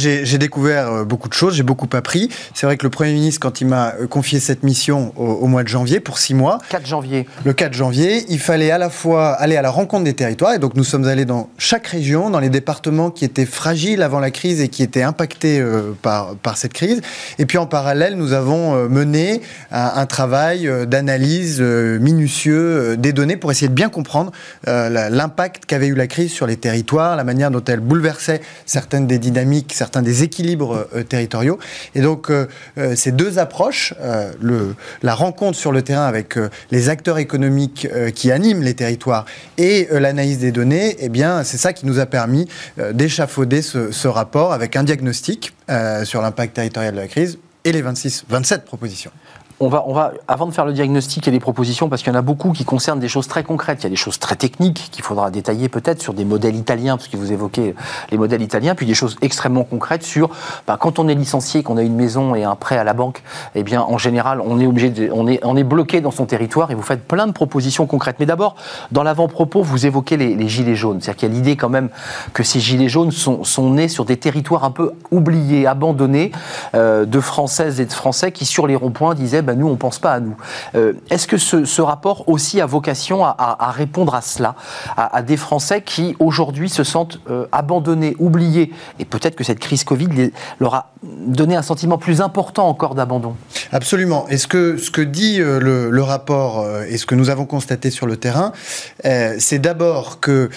j'ai découvert beaucoup de choses, j'ai beaucoup appris. C'est vrai que le Premier ministre, quand il m'a confié cette mission au mois de janvier, pour 6 mois... 4 janvier. Le 4 janvier, il fallait à la fois aller à la rencontre des territoires, et donc nous sommes allés dans chaque région, dans les départements qui étaient fragiles avant la crise et qui étaient impactés par cette crise. Et puis en parallèle, nous avons mené un travail d'analyse minutieux des données pour essayer de bien comprendre l'impact qu'avait eu la crise sur les territoires, la manière dont elle bouleversait certaines des dynamiques, certains des équilibres territoriaux. Et donc, ces deux approches, la rencontre sur le terrain avec les acteurs économiques qui animent les territoires et l'analyse des données, eh bien, c'est ça qui nous a permis d'échafauder ce rapport avec un diagnostic sur l'impact territorial de la crise et les 27 propositions. On va, avant de faire le diagnostic et les propositions, parce qu'il y en a beaucoup qui concernent des choses très concrètes, il y a des choses très techniques qu'il faudra détailler peut-être sur des modèles italiens, parce que vous évoquez les modèles italiens, puis des choses extrêmement concrètes sur, quand on est licencié, qu'on a une maison et un prêt à la banque, eh bien, en général, on est bloqué dans son territoire et vous faites plein de propositions concrètes. Mais d'abord, dans l'avant-propos, vous évoquez les gilets jaunes. C'est-à-dire qu'il y a l'idée quand même que ces gilets jaunes sont nés sur des territoires un peu oubliés, abandonnés, de Françaises et de Français qui, sur les ronds-points, disaient nous, on ne pense pas à nous. Est-ce que ce rapport aussi a vocation à répondre à cela, à des Français qui, aujourd'hui, se sentent abandonnés, oubliés, et peut-être que cette crise Covid leur a donné un sentiment plus important encore d'abandon? Absolument. Et ce que dit le rapport et ce que nous avons constaté sur le terrain, c'est d'abord que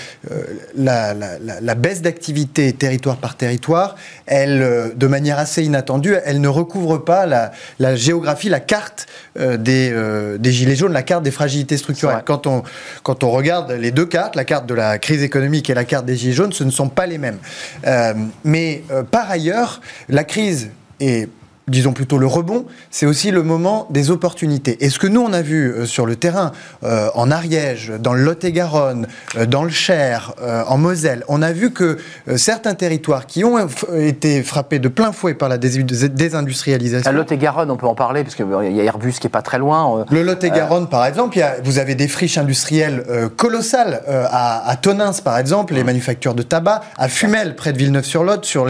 la baisse d'activité territoire par territoire, elle, de manière assez inattendue, elle ne recouvre pas la géographie, la carte des gilets jaunes, la carte des fragilités structurelles. Quand on regarde les deux cartes, la carte de la crise économique et la carte des gilets jaunes, ce ne sont pas les mêmes. Mais par ailleurs, la crise est... disons plutôt le rebond, c'est aussi le moment des opportunités. Et ce que nous, on a vu sur le terrain, en Ariège, dans le Lot-et-Garonne, dans le Cher, en Moselle, on a vu que certains territoires qui ont été frappés de plein fouet par la désindustrialisation... Le Lot-et-Garonne, on peut en parler, parce qu'il y a Airbus qui n'est pas très loin. Le Lot-et-Garonne, par exemple, vous avez des friches industrielles colossales, à Tonins, par exemple, les manufactures de tabac, à Fumel, près de Villeneuve-sur-Lot, sur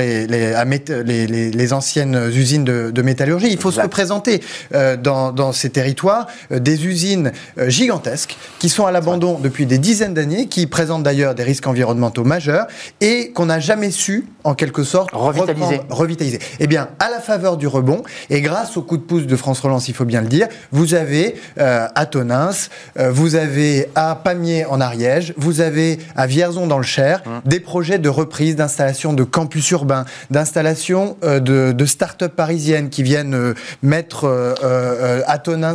les anciennes usines de métallurgie. Il faut se représenter dans ces territoires des usines gigantesques qui sont à l'abandon depuis des dizaines d'années, qui présentent d'ailleurs des risques environnementaux majeurs et qu'on n'a jamais su, en quelque sorte, revitaliser. Eh bien, à la faveur du rebond, et grâce au coup de pouce de France Relance, il faut bien le dire, vous avez à Tonins, vous avez à Pamiers en Ariège, vous avez à Vierzon dans le Cher, des projets de reprise, d'installation de campus urbains, d'installation de start-up parisiennes qui viennent mettre à Tonins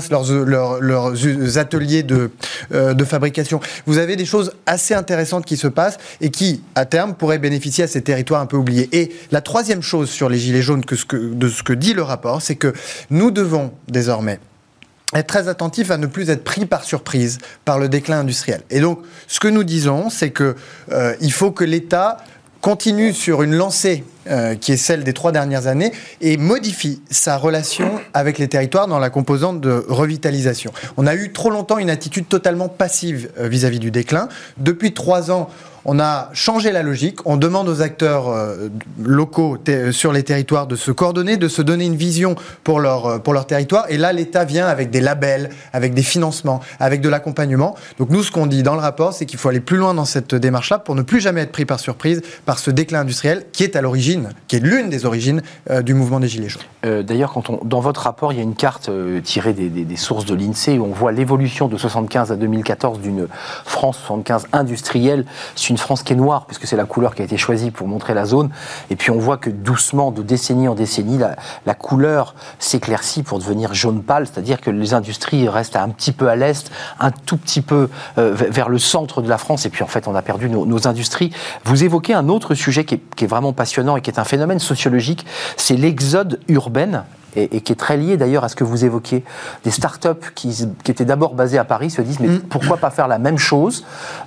leurs ateliers de fabrication. Vous avez des choses assez intéressantes qui se passent et qui, à terme, pourraient bénéficier à ces territoires un peu oubliés. Et la troisième chose sur les gilets jaunes de ce que dit le rapport, c'est que nous devons désormais être très attentifs à ne plus être pris par surprise par le déclin industriel. Et donc, ce que nous disons, c'est que il faut que l'État continue sur une lancée qui est celle des 3 dernières années, et modifie sa relation avec les territoires dans la composante de revitalisation. On a eu trop longtemps une attitude totalement passive vis-à-vis du déclin. Depuis 3 ans, on a changé la logique. On demande aux acteurs locaux sur les territoires de se coordonner, de se donner une vision pour leur territoire. Et là, l'État vient avec des labels, avec des financements, avec de l'accompagnement. Donc nous, ce qu'on dit dans le rapport, c'est qu'il faut aller plus loin dans cette démarche-là pour ne plus jamais être pris par surprise par ce déclin industriel qui est à l'origine, qui est l'une des origines du mouvement des Gilets jaunes. D'ailleurs, dans votre rapport, il y a une carte tirée des sources de l'INSEE où on voit l'évolution de 1975 à 2014 d'une France 75 industrielle. C'est une France qui est noire, puisque c'est la couleur qui a été choisie pour montrer la zone. Et puis on voit que doucement, de décennie en décennie, la couleur s'éclaircit pour devenir jaune pâle, c'est-à-dire que les industries restent un petit peu à l'est, un tout petit peu vers le centre de la France, et puis en fait on a perdu nos industries. Vous évoquez un autre sujet qui est vraiment passionnant et qui est un phénomène sociologique, c'est l'exode urbain. Et qui est très lié d'ailleurs à ce que vous évoquiez. Des start-up qui étaient d'abord basées à Paris se disent mais pourquoi pas faire la même chose,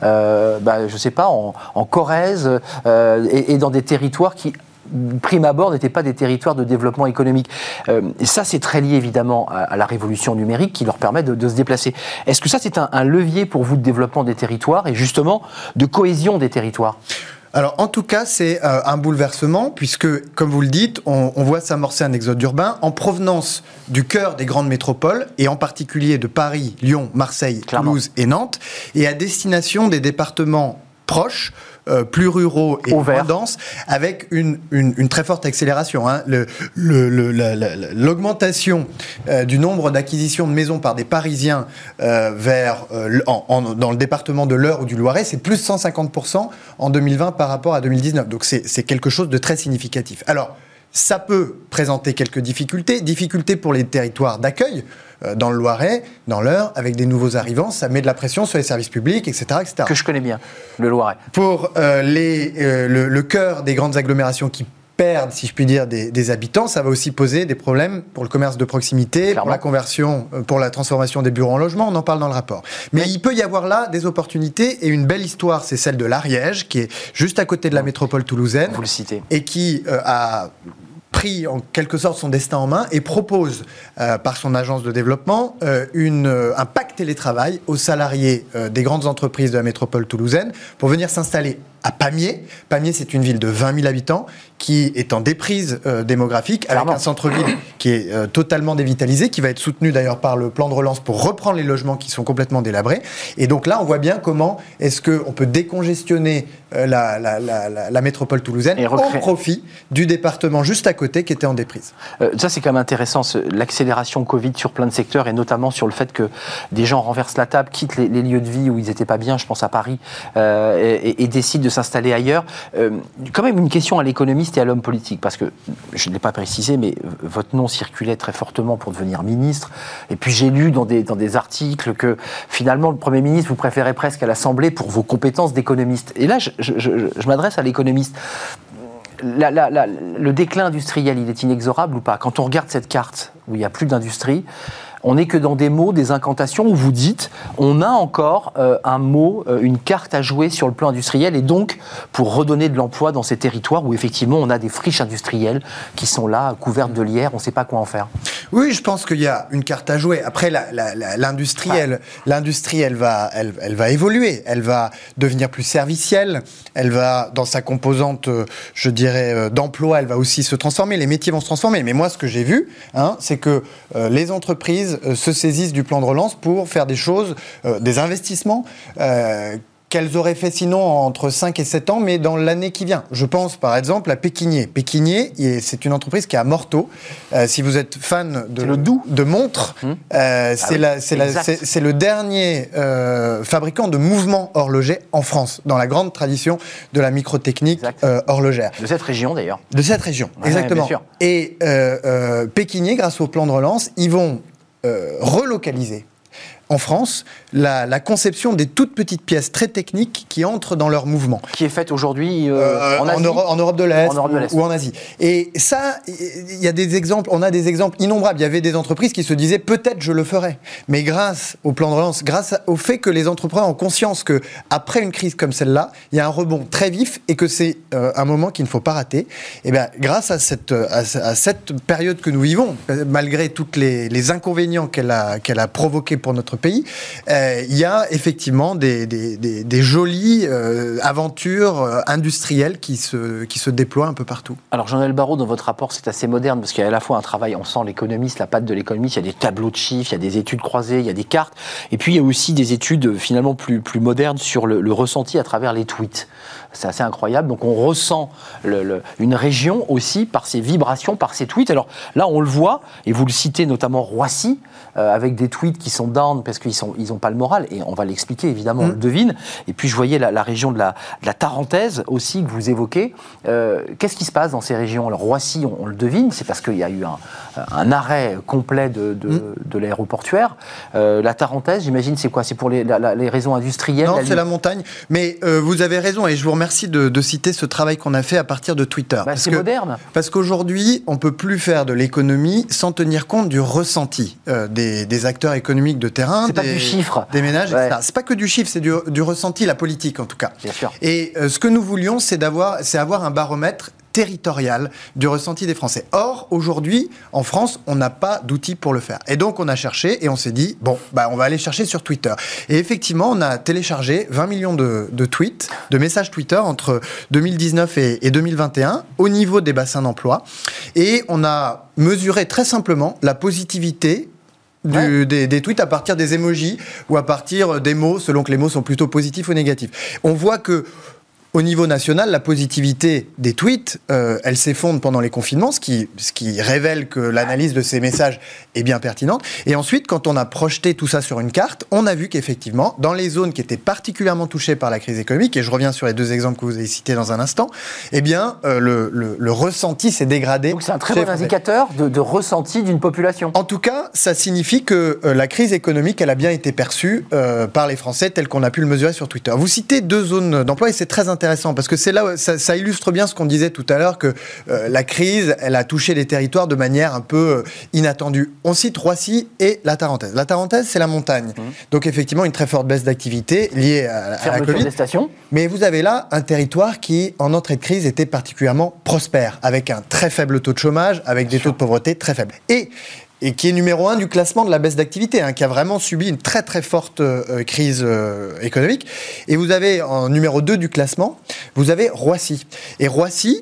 je ne sais pas, en Corrèze et dans des territoires qui, prime abord, n'étaient pas des territoires de développement économique. Et ça, c'est très lié évidemment à la révolution numérique qui leur permet de se déplacer. Est-ce que ça, c'est un levier pour vous de développement des territoires et justement de cohésion des territoires ? Alors, en tout cas, c'est un bouleversement, puisque, comme vous le dites, on voit s'amorcer un exode urbain en provenance du cœur des grandes métropoles, et en particulier de Paris, Lyon, Marseille, Toulouse et Nantes, et à destination des départements proches, plus ruraux et moins denses, avec une très forte accélération. Hein. L'augmentation du nombre d'acquisitions de maisons par des Parisiens dans le département de l'Eure ou du Loiret, c'est plus 150% en 2020 par rapport à 2019. Donc c'est quelque chose de très significatif. Alors, ça peut présenter quelques difficultés pour les territoires d'accueil, dans le Loiret, dans l'Eure, avec des nouveaux arrivants, ça met de la pression sur les services publics, etc. etc. Que je connais bien, le Loiret. Pour le cœur des grandes agglomérations qui perdent, si je puis dire, des habitants, ça va aussi poser des problèmes pour le commerce de proximité, pour la conversion, pour la transformation des bureaux en logements, on en parle dans le rapport. Mais il peut y avoir là des opportunités, et une belle histoire, c'est celle de l'Ariège, qui est juste à côté de la métropole toulousaine. Vous le citez. Et qui a pris en quelque sorte son destin en main et propose par son agence de développement un pacte télétravail aux salariés des grandes entreprises de la métropole toulousaine pour venir s'installer à Pamiers. Pamiers, c'est une ville de 20 000 habitants qui est en déprise démographique, avec un centre-ville qui est totalement dévitalisé, qui va être soutenu d'ailleurs par le plan de relance pour reprendre les logements qui sont complètement délabrés. Et donc là, on voit bien comment est-ce qu'on peut décongestionner la métropole toulousaine au profit du département juste à côté qui était en déprise. Ça, c'est quand même intéressant, l'accélération Covid sur plein de secteurs, et notamment sur le fait que des gens renversent la table, quittent les lieux de vie où ils n'étaient pas bien, je pense à Paris, et décident de s'installer ailleurs. Quand même une question à l'économiste et à l'homme politique, parce que, je ne l'ai pas précisé, mais votre nom circulait très fortement pour devenir ministre, et puis j'ai lu dans des articles que finalement le Premier ministre vous préférez presque à l'Assemblée pour vos compétences d'économiste. Et là, je m'adresse à l'économiste. Le déclin industriel, il est inexorable ou pas? Quand on regarde cette carte où il n'y a plus d'industrie, on n'est que dans des mots, des incantations où vous dites on a encore un mot, une carte à jouer sur le plan industriel, et donc pour redonner de l'emploi dans ces territoires où effectivement on a des friches industrielles qui sont là, couvertes de lierre, on ne sait pas quoi en faire. Oui, je pense qu'il y a une carte à jouer. Après, l'industrie, elle va évoluer, elle va devenir plus servicielle, elle va, dans sa composante, je dirais, d'emploi, elle va aussi se transformer, les métiers vont se transformer. Mais moi, ce que j'ai vu, c'est que les entreprises se saisissent du plan de relance pour faire des choses, des investissements qu'elles auraient fait sinon entre 5 et 7 ans, mais dans l'année qui vient. Je pense par exemple à Pékinier. Pékinier, c'est une entreprise qui est à Morteau. Si vous êtes fan de montres, c'est le dernier fabricant de mouvements horlogers en France, dans la grande tradition de la microtechnique horlogère. De cette région d'ailleurs. De cette région, exactement. Et Pékinier, grâce au plan de relance, ils vont relocaliser en France la conception des toutes petites pièces très techniques qui entrent dans leur mouvement. Qui est faite aujourd'hui en Europe de l'Est ou en Asie. Et ça, il y a des exemples, on a des exemples innombrables. Il y avait des entreprises qui se disaient peut-être je le ferai. Mais grâce au plan de relance, grâce au fait que les entrepreneurs ont conscience qu'après une crise comme celle-là, il y a un rebond très vif et que c'est un moment qu'il ne faut pas rater. Et bien, grâce à cette période que nous vivons, malgré tous les inconvénients qu'elle a provoqués pour notre pays, il y a effectivement des jolies aventures industrielles qui se déploient un peu partout. Alors Jean-Noël Barrot, dans votre rapport, c'est assez moderne parce qu'il y a à la fois un travail, on sent l'économiste, la patte de l'économiste, il y a des tableaux de chiffres, il y a des études croisées, il y a des cartes, et puis il y a aussi des études finalement plus modernes sur le ressenti à travers les tweets. C'est assez incroyable. Donc on ressent une région aussi par ses vibrations, par ses tweets. Alors là, on le voit, et vous le citez notamment Roissy, avec des tweets qui sont down parce qu'ils n'ont pas le moral, et on va l'expliquer évidemment, on le devine. Et puis je voyais la région de la Tarentaise aussi que vous évoquez. Qu'est-ce qui se passe dans ces régions? Alors Roissy, on le devine, c'est parce qu'il y a eu un arrêt complet de l'aéroportuaire. La Tarentaise, j'imagine, c'est quoi? C'est pour les raisons industrielles? Non, c'est la montagne. Mais vous avez raison, et je vous remercie de citer ce travail qu'on a fait à partir de Twitter. C'est moderne. Parce qu'aujourd'hui, on ne peut plus faire de l'économie sans tenir compte du ressenti des acteurs économiques de terrain. C'est pas du chiffre. Des ménages, etc. C'est pas que du chiffre, c'est du ressenti, la politique en tout cas. Bien sûr. Et ce que nous voulions, c'est avoir un baromètre territoriale du ressenti des Français. Or, aujourd'hui, en France, on n'a pas d'outils pour le faire. Et donc, on a cherché et on s'est dit, bon, on va aller chercher sur Twitter. Et effectivement, on a téléchargé 20 millions de tweets, de messages Twitter entre 2019 et 2021 au niveau des bassins d'emploi. Et on a mesuré très simplement la positivité des tweets à partir des emojis ou à partir des mots, selon que les mots sont plutôt positifs ou négatifs. On voit que au niveau national, la positivité des tweets, elle s'effondre pendant les confinements, ce qui révèle que l'analyse de ces messages est bien pertinente. Et ensuite, quand on a projeté tout ça sur une carte, on a vu qu'effectivement, dans les zones qui étaient particulièrement touchées par la crise économique, et je reviens sur les 2 exemples que vous avez cités dans un instant, eh bien, le ressenti s'est dégradé. Donc c'est un très bon indicateur de ressenti d'une population. En tout cas, ça signifie que la crise économique, elle a bien été perçue par les Français, telle qu'on a pu le mesurer sur Twitter. Vous citez 2 zones d'emploi, et c'est très intéressant, parce que c'est là où ça illustre bien ce qu'on disait tout à l'heure, que la crise, elle a touché les territoires de manière un peu inattendue. On cite Roissy et la Tarentaise. La Tarentaise, c'est la montagne. Donc effectivement, une très forte baisse d'activité liée à la Covid. Des stations. Mais vous avez là un territoire qui, en entrée de crise, était particulièrement prospère, avec un très faible taux de chômage, avec des taux de pauvreté très faibles. Et qui est numéro 1 du classement de la baisse d'activité, qui a vraiment subi une très très forte crise économique. Et vous avez en numéro 2 du classement, vous avez Roissy. Et Roissy,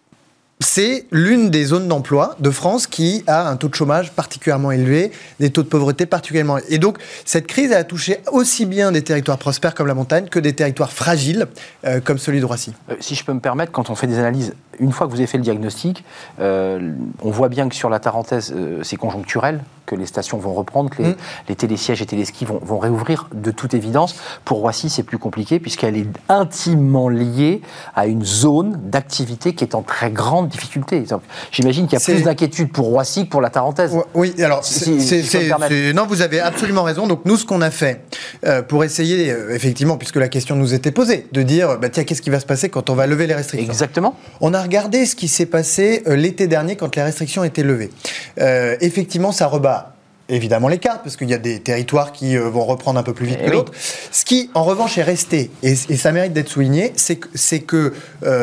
c'est l'une des zones d'emploi de France qui a un taux de chômage particulièrement élevé, des taux de pauvreté particulièrement élevés. Et donc, cette crise a touché aussi bien des territoires prospères comme la montagne que des territoires fragiles comme celui de Roissy. Si je peux me permettre, quand on fait des analyses, une fois que vous avez fait le diagnostic, on voit bien que sur la Tarentaise, c'est conjoncturel, que les stations vont reprendre, que les télésièges et téléskis vont réouvrir de toute évidence. Pour Roissy, c'est plus compliqué puisqu'elle est intimement liée à une zone d'activité qui est en très grande difficulté. Donc, j'imagine qu'il y a plus d'inquiétude pour Roissy que pour la Tarentaise. Oui, alors, non, vous avez absolument raison. Donc, nous, ce qu'on a fait pour essayer, effectivement, puisque la question nous était posée, de dire, tiens, qu'est-ce qui va se passer quand on va lever les restrictions ? Exactement. On a regardé ce qui s'est passé l'été dernier quand les restrictions étaient levées. Effectivement, ça rebat évidemment les cartes, parce qu'il y a des territoires qui vont reprendre un peu plus vite que d'autres. Ce qui, en revanche, est resté, et ça mérite d'être souligné, c'est que,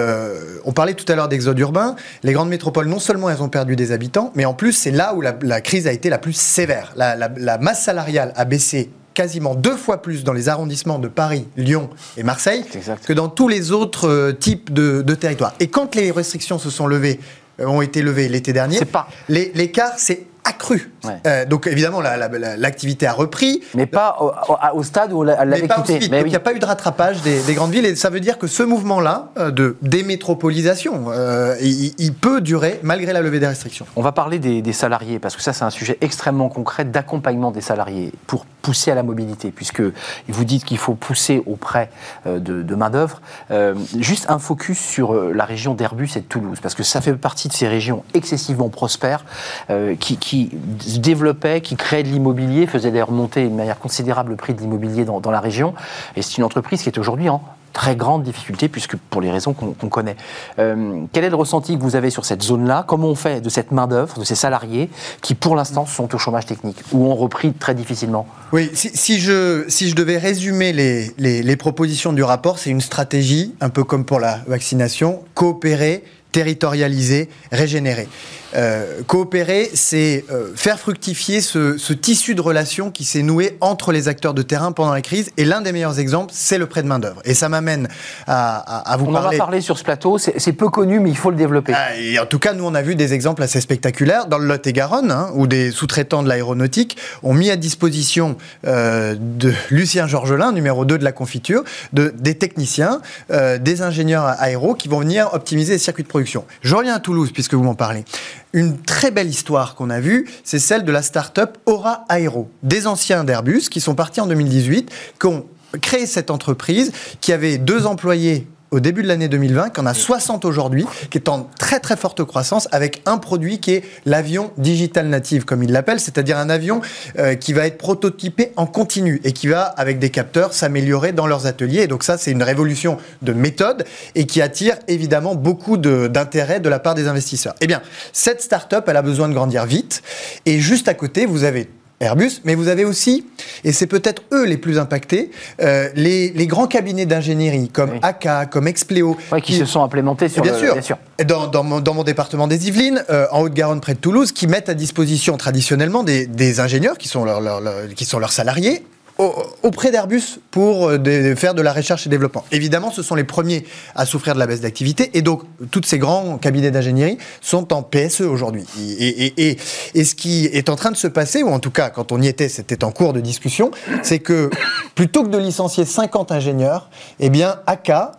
on parlait tout à l'heure d'exode urbain, les grandes métropoles, non seulement elles ont perdu des habitants, mais en plus, c'est là où la crise a été la plus sévère. La masse salariale a baissé quasiment 2 fois plus dans les arrondissements de Paris, Lyon et Marseille que dans tous les autres types de territoires. Et quand les restrictions ont été levées l'été dernier, l'écart s'est accru. Donc évidemment, l'activité a repris. Mais pas au stade où elle l'avait quitté. Donc il n'y a pas eu de rattrapage des grandes villes. Et ça veut dire que ce mouvement-là de démétropolisation, il peut durer malgré la levée des restrictions. On va parler des salariés, parce que ça, c'est un sujet extrêmement concret d'accompagnement des salariés pour pousser à la mobilité, puisque vous dites qu'il faut pousser auprès de main-d'œuvre. Juste un focus sur la région d'Airbus et de Toulouse, parce que ça fait partie de ces régions excessivement prospères qui se développait, qui créait de l'immobilier, faisait d'ailleurs monter de manière considérable le prix de l'immobilier dans la région. Et c'est une entreprise qui est aujourd'hui en très grande difficulté, puisque pour les raisons qu'on connaît. Quel est le ressenti que vous avez sur cette zone-là ? Comment on fait de cette main-d'œuvre, de ces salariés qui, pour l'instant, sont au chômage technique ou ont repris très difficilement ? Oui, si je devais résumer les propositions du rapport, c'est une stratégie, un peu comme pour la vaccination, coopérer, territorialiser, régénérer. Coopérer, c'est faire fructifier ce tissu de relations qui s'est noué entre les acteurs de terrain pendant la crise. Et l'un des meilleurs exemples, c'est le prêt de main-d'œuvre. Et ça m'amène à vous parler. On en a parlé sur ce plateau, c'est peu connu, mais il faut le développer. Et en tout cas, nous, on a vu des exemples assez spectaculaires dans le Lot-et-Garonne, où des sous-traitants de l'aéronautique ont mis à disposition de Lucien Georgelin, numéro 2 de la confiture, des techniciens, des ingénieurs aéros qui vont venir optimiser les circuits de production. Je reviens à Toulouse, puisque vous m'en parlez. Une très belle histoire qu'on a vue, c'est celle de la start-up Aura Aéro. Des anciens d'Airbus qui sont partis en 2018, qui ont créé cette entreprise, qui avait 2 employés au début de l'année 2020, qu'on a 60 aujourd'hui, qui est en très très forte croissance, avec un produit qui est l'avion digital native, comme ils l'appellent, c'est-à-dire un avion qui va être prototypé en continu et qui va, avec des capteurs, s'améliorer dans leurs ateliers. Et donc ça, c'est une révolution de méthode et qui attire évidemment beaucoup d'intérêt de la part des investisseurs. Eh bien, cette start-up, elle a besoin de grandir vite. Et juste à côté, vous avez Airbus, mais vous avez aussi, et c'est peut-être eux les plus impactés, les grands cabinets d'ingénierie comme ACA, comme Expleo. Qui se sont implémentés sur bien sûr. Dans mon département des Yvelines, en Haute-Garonne près de Toulouse, qui mettent à disposition traditionnellement des ingénieurs qui sont leurs salariés, auprès d'Airbus pour faire de la recherche et développement. Évidemment, ce sont les premiers à souffrir de la baisse d'activité et donc tous ces grands cabinets d'ingénierie sont en PSE aujourd'hui. Et ce qui est en train de se passer, ou en tout cas quand on y était, c'était en cours de discussion, c'est que plutôt que de licencier 50 ingénieurs, eh bien ACA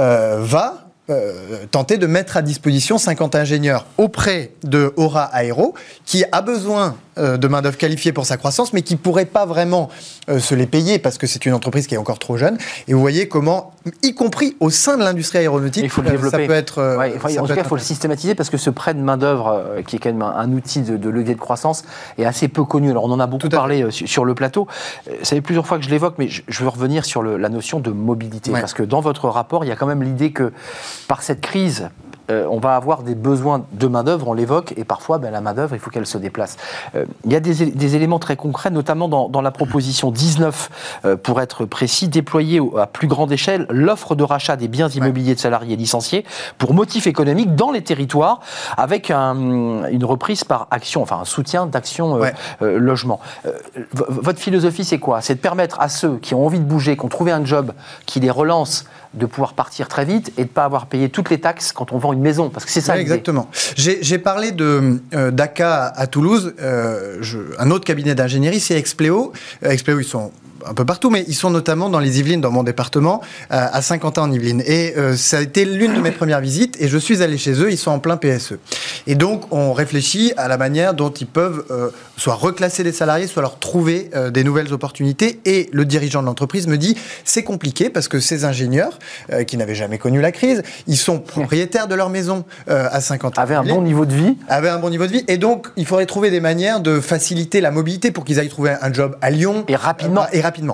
va tenter de mettre à disposition 50 ingénieurs auprès de Aura Aero, qui a besoin de main-d'œuvre qualifiée pour sa croissance, mais qui ne pourrait pas vraiment se les payer parce que c'est une entreprise qui est encore trop jeune. Et vous voyez comment, y compris au sein de l'industrie aéronautique, il faut le développer. Ça peut être. En tout cas, il faut le systématiser parce que ce prêt de main-d'œuvre, qui est quand même un outil de levier de croissance, est assez peu connu. Alors, on en a beaucoup parlé sur le plateau. Ça fait plusieurs fois que je l'évoque, mais je veux revenir sur la notion de mobilité. Ouais. Parce que dans votre rapport, il y a quand même l'idée que par cette crise, on va avoir des besoins de main-d'œuvre, on l'évoque, et parfois, la main-d'œuvre, il faut qu'elle se déplace. Il y a des éléments très concrets, notamment dans la proposition 19, pour être précis, déployer à plus grande échelle l'offre de rachat des biens immobiliers de salariés licenciés pour motif économique dans les territoires, avec une reprise par action, enfin un soutien d'action logement. Votre philosophie, c'est quoi? C'est de permettre à ceux qui ont envie de bouger, qui ont trouvé un job, qui les relance, de pouvoir partir très vite et de ne pas avoir payé toutes les taxes quand on vend une maison, parce que c'est ça. Exactement. J'ai parlé d'ACA à Toulouse, un autre cabinet d'ingénierie, c'est Expleo. Expleo, ils sont un peu partout, mais ils sont notamment dans les Yvelines, dans mon département, à Saint-Quentin en Yvelines. Et ça a été l'une de mes premières visites, et je suis allé chez eux, ils sont en plein PSE. Et donc, on réfléchit à la manière dont ils peuvent soit reclasser les salariés, soit leur trouver des nouvelles opportunités. Et le dirigeant de l'entreprise me dit, c'est compliqué, parce que ces ingénieurs, qui n'avaient jamais connu la crise, ils sont propriétaires de leur maison à Saint-Quentin. Avaient un bon niveau de vie. Et donc, il faudrait trouver des manières de faciliter la mobilité pour qu'ils aillent trouver un job à Lyon. Et rapidement.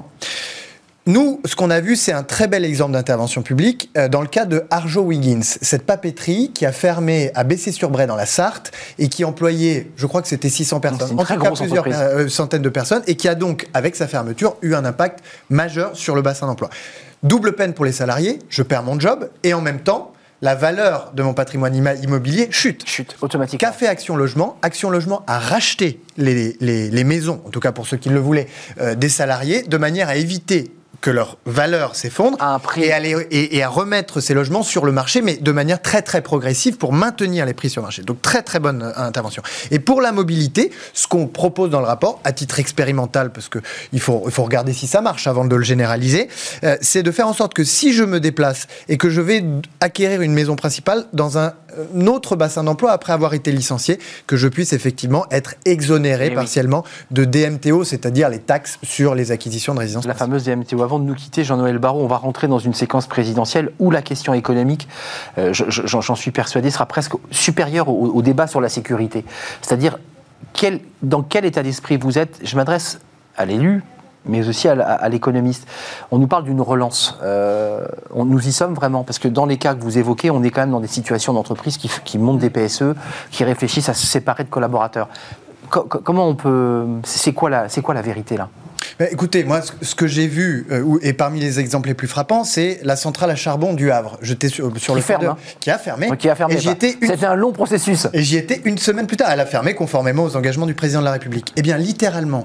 Nous, ce qu'on a vu, c'est un très bel exemple d'intervention publique dans le cas de Arjo-Wiggins, cette papeterie qui a fermé à Bessé-sur-Bray dans la Sarthe et qui employait, je crois que c'était 600 personnes, en tout cas plusieurs centaines de personnes, et qui a donc, avec sa fermeture, eu un impact majeur sur le bassin d'emploi. Double peine pour les salariés, je perds mon job, et en même temps, la valeur de mon patrimoine immobilier chute. Chute, automatiquement. Qu'a fait Action Logement? Action Logement a racheté les maisons, en tout cas pour ceux qui le voulaient, des salariés, de manière à éviter que leur valeur s'effondre et à remettre ces logements sur le marché, mais de manière très très progressive pour maintenir les prix sur le marché. Donc très très bonne intervention. Et pour la mobilité, ce qu'on propose dans le rapport, à titre expérimental, parce qu'il faut regarder si ça marche avant de le généraliser, c'est de faire en sorte que si je me déplace et que je vais acquérir une maison principale dans un autre bassin d'emploi après avoir été licencié, que je puisse effectivement être exonéré partiellement de DMTO, c'est-à-dire les taxes sur les acquisitions de résidences. La fameuse DMTO. Avant de nous quitter, Jean-Noël Barrot, on va rentrer dans une séquence présidentielle où la question économique, j'en suis persuadé, sera presque supérieure au débat sur la sécurité. C'est-à-dire, dans quel état d'esprit vous êtes? Je m'adresse à l'élu, mais aussi à l'économiste. On nous parle d'une relance. Nous y sommes vraiment, parce que dans les cas que vous évoquez, on est quand même dans des situations d'entreprise qui montent des PSE, qui réfléchissent à se séparer de collaborateurs. Comment on peut... C'est quoi la vérité, là? Écoutez, moi, ce que j'ai vu, et parmi les exemples les plus frappants, c'est la centrale à charbon du Havre. J'étais sur le ferme, qui a fermé. C'était un long processus. Et j'y étais une semaine plus tard. Elle a fermé conformément aux engagements du président de la République. Eh bien, littéralement,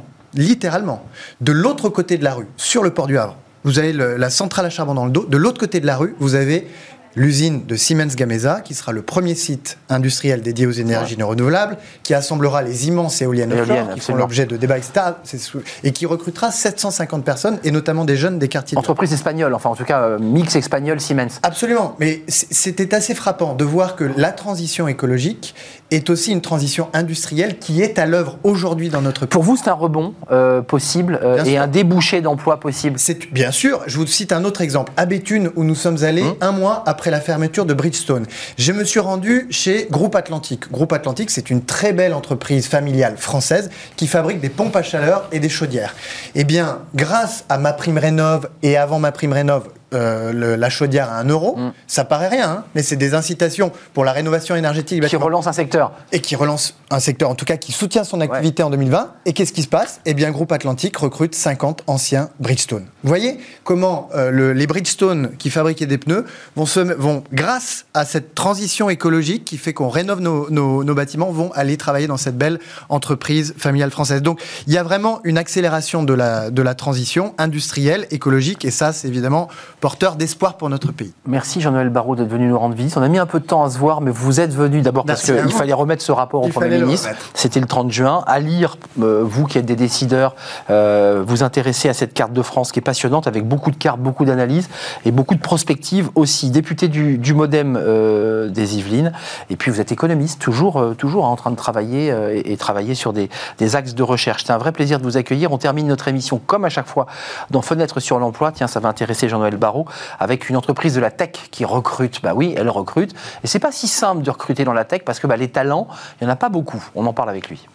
de l'autre côté de la rue, sur le port du Havre, vous avez la centrale à charbon dans le dos. De l'autre côté de la rue, vous avez l'usine de Siemens Gamesa, qui sera le premier site industriel dédié aux énergies renouvelables, qui assemblera les immenses éoliennes offshore, qui font l'objet de débats, etc., et qui recrutera 750 personnes, et notamment des jeunes des quartiers. Entreprise espagnole, enfin en tout cas mix espagnol Siemens. Absolument, mais c'était assez frappant de voir que la transition écologique est aussi une transition industrielle qui est à l'œuvre aujourd'hui dans notre pays. Pour vous, c'est un rebond possible et un débouché d'emploi possible? Bien sûr, je vous cite un autre exemple. À Béthune, où nous sommes allés un mois après la fermeture de Bridgestone. Je me suis rendu chez Groupe Atlantique. Groupe Atlantique, c'est une très belle entreprise familiale française qui fabrique des pompes à chaleur et des chaudières. Eh bien, grâce à MaPrimeRénov' et avant MaPrimeRénov', la chaudière à 1 euro, ça paraît rien, hein, mais c'est des incitations pour la rénovation énergétique. Qui relance un secteur. Et qui relance un secteur, en tout cas, qui soutient son activité en 2020. Et qu'est-ce qui se passe ? Eh bien, Groupe Atlantique recrute 50 anciens Bridgestone. Vous voyez comment les Bridgestone qui fabriquaient des pneus vont, grâce à cette transition écologique qui fait qu'on rénove nos bâtiments, vont aller travailler dans cette belle entreprise familiale française. Donc, il y a vraiment une accélération de la transition industrielle, écologique, et ça, c'est évidemment porteur d'espoir pour notre pays. Merci Jean-Noël Barrot d'être venu nous rendre visite. On a mis un peu de temps à se voir, mais vous êtes venu d'abord parce qu'il fallait remettre ce rapport au Premier ministre. C'était le 30 juin. À lire, vous qui êtes des décideurs, vous intéressez à cette carte de France qui est passionnante, avec beaucoup de cartes, beaucoup d'analyses et beaucoup de prospectives aussi. Député du MoDem des Yvelines. Et puis vous êtes économiste, toujours en train de travailler et travailler sur des axes de recherche. C'est un vrai plaisir de vous accueillir. On termine notre émission comme à chaque fois dans Fenêtre sur l'emploi. Tiens, ça va intéresser Jean-Noël Barrot, avec une entreprise de la tech qui recrute. Bah oui, elle recrute. Et c'est pas si simple de recruter dans la tech parce que les talents, il n'y en a pas beaucoup. On en parle avec lui.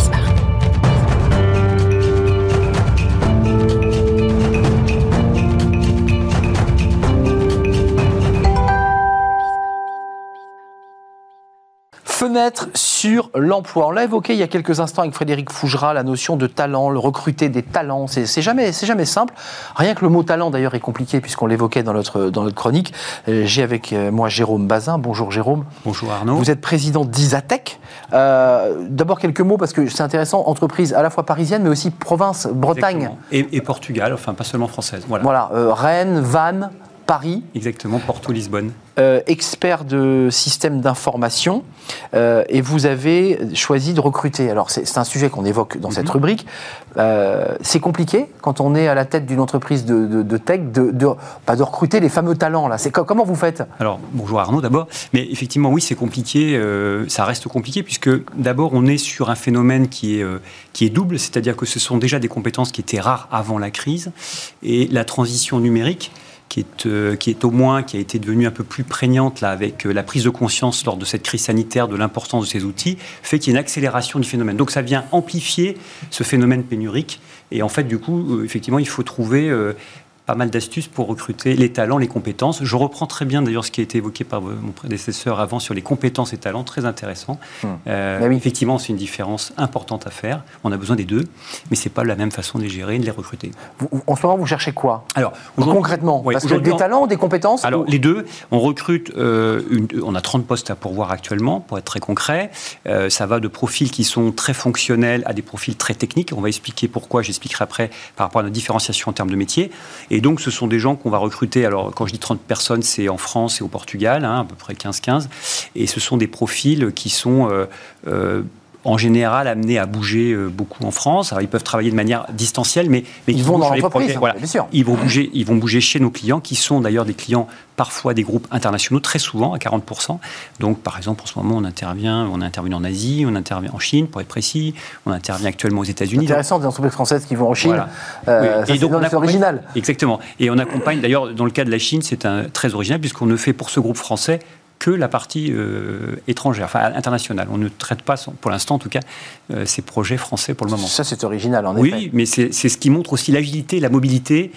Fenêtre sur l'emploi. On l'a évoqué il y a quelques instants avec Frédéric Fougera, la notion de talent, le recruter des talents, c'est jamais simple. Rien que le mot talent d'ailleurs est compliqué puisqu'on l'évoquait dans notre chronique. J'ai avec moi Jérôme Bazin. Bonjour Jérôme. Bonjour Arnaud. Vous êtes président d'Isatech. D'abord quelques mots parce que c'est intéressant, entreprise à la fois parisienne mais aussi province, Bretagne. Et Portugal, enfin pas seulement française. Voilà, Rennes, Vannes, Paris. Exactement, Porto, Lisbonne. Expert de systèmes d'information, et vous avez choisi de recruter. Alors, c'est un sujet qu'on évoque dans cette rubrique. C'est compliqué, quand on est à la tête d'une entreprise de tech, de recruter les fameux talents. Là. Comment vous faites ? Alors, bonjour Arnaud d'abord. Mais effectivement, oui, c'est compliqué. Ça reste compliqué, puisque d'abord, on est sur un phénomène qui est double, c'est-à-dire que ce sont déjà des compétences qui étaient rares avant la crise, et la transition numérique, qui a été devenue un peu plus prégnante là, avec la prise de conscience lors de cette crise sanitaire de l'importance de ces outils, fait qu'il y a une accélération du phénomène. Donc ça vient amplifier ce phénomène pénurique. Et en fait, du coup, effectivement, il faut trouver pas mal d'astuces pour recruter les talents, les compétences. Je reprends très bien d'ailleurs ce qui a été évoqué par mon prédécesseur avant sur les compétences et talents, très intéressant. Oui. Effectivement, c'est une différence importante à faire. On a besoin des deux, mais c'est pas la même façon de les gérer et de les recruter. En ce moment, vous cherchez quoi ? Alors, concrètement, parce que des talents ou des compétences ? Alors, les deux. On recrute, on a 30 postes à pourvoir actuellement, pour être très concret. Ça va de profils qui sont très fonctionnels à des profils très techniques. On va expliquer pourquoi, j'expliquerai après, par rapport à notre différenciation en termes de métier. Et donc, ce sont des gens qu'on va recruter. Alors, quand je dis 30 personnes, c'est en France et au Portugal, à peu près 15-15. Et ce sont des profils qui sont en général amenés à bouger beaucoup en France. Alors, ils peuvent travailler de manière distancielle, mais ils vont dans l'entreprise, voilà. Bien sûr. Ils vont bouger chez nos clients, qui sont d'ailleurs des clients parfois des groupes internationaux, très souvent, à 40%. Donc, par exemple, en ce moment, on intervient en Asie, on intervient en Chine, pour être précis, on intervient actuellement aux États-Unis. C'est intéressant, des entreprises françaises qui vont en Chine. Voilà. Oui. C'est original. Exactement. Et on accompagne, d'ailleurs, dans le cas de la Chine, c'est très original, puisqu'on ne fait pour ce groupe français que la partie étrangère, enfin internationale. On ne traite pas, pour l'instant en tout cas, ces projets français pour le moment. Ça, c'est original, en effet. Oui, mais c'est ce qui montre aussi l'agilité, la mobilité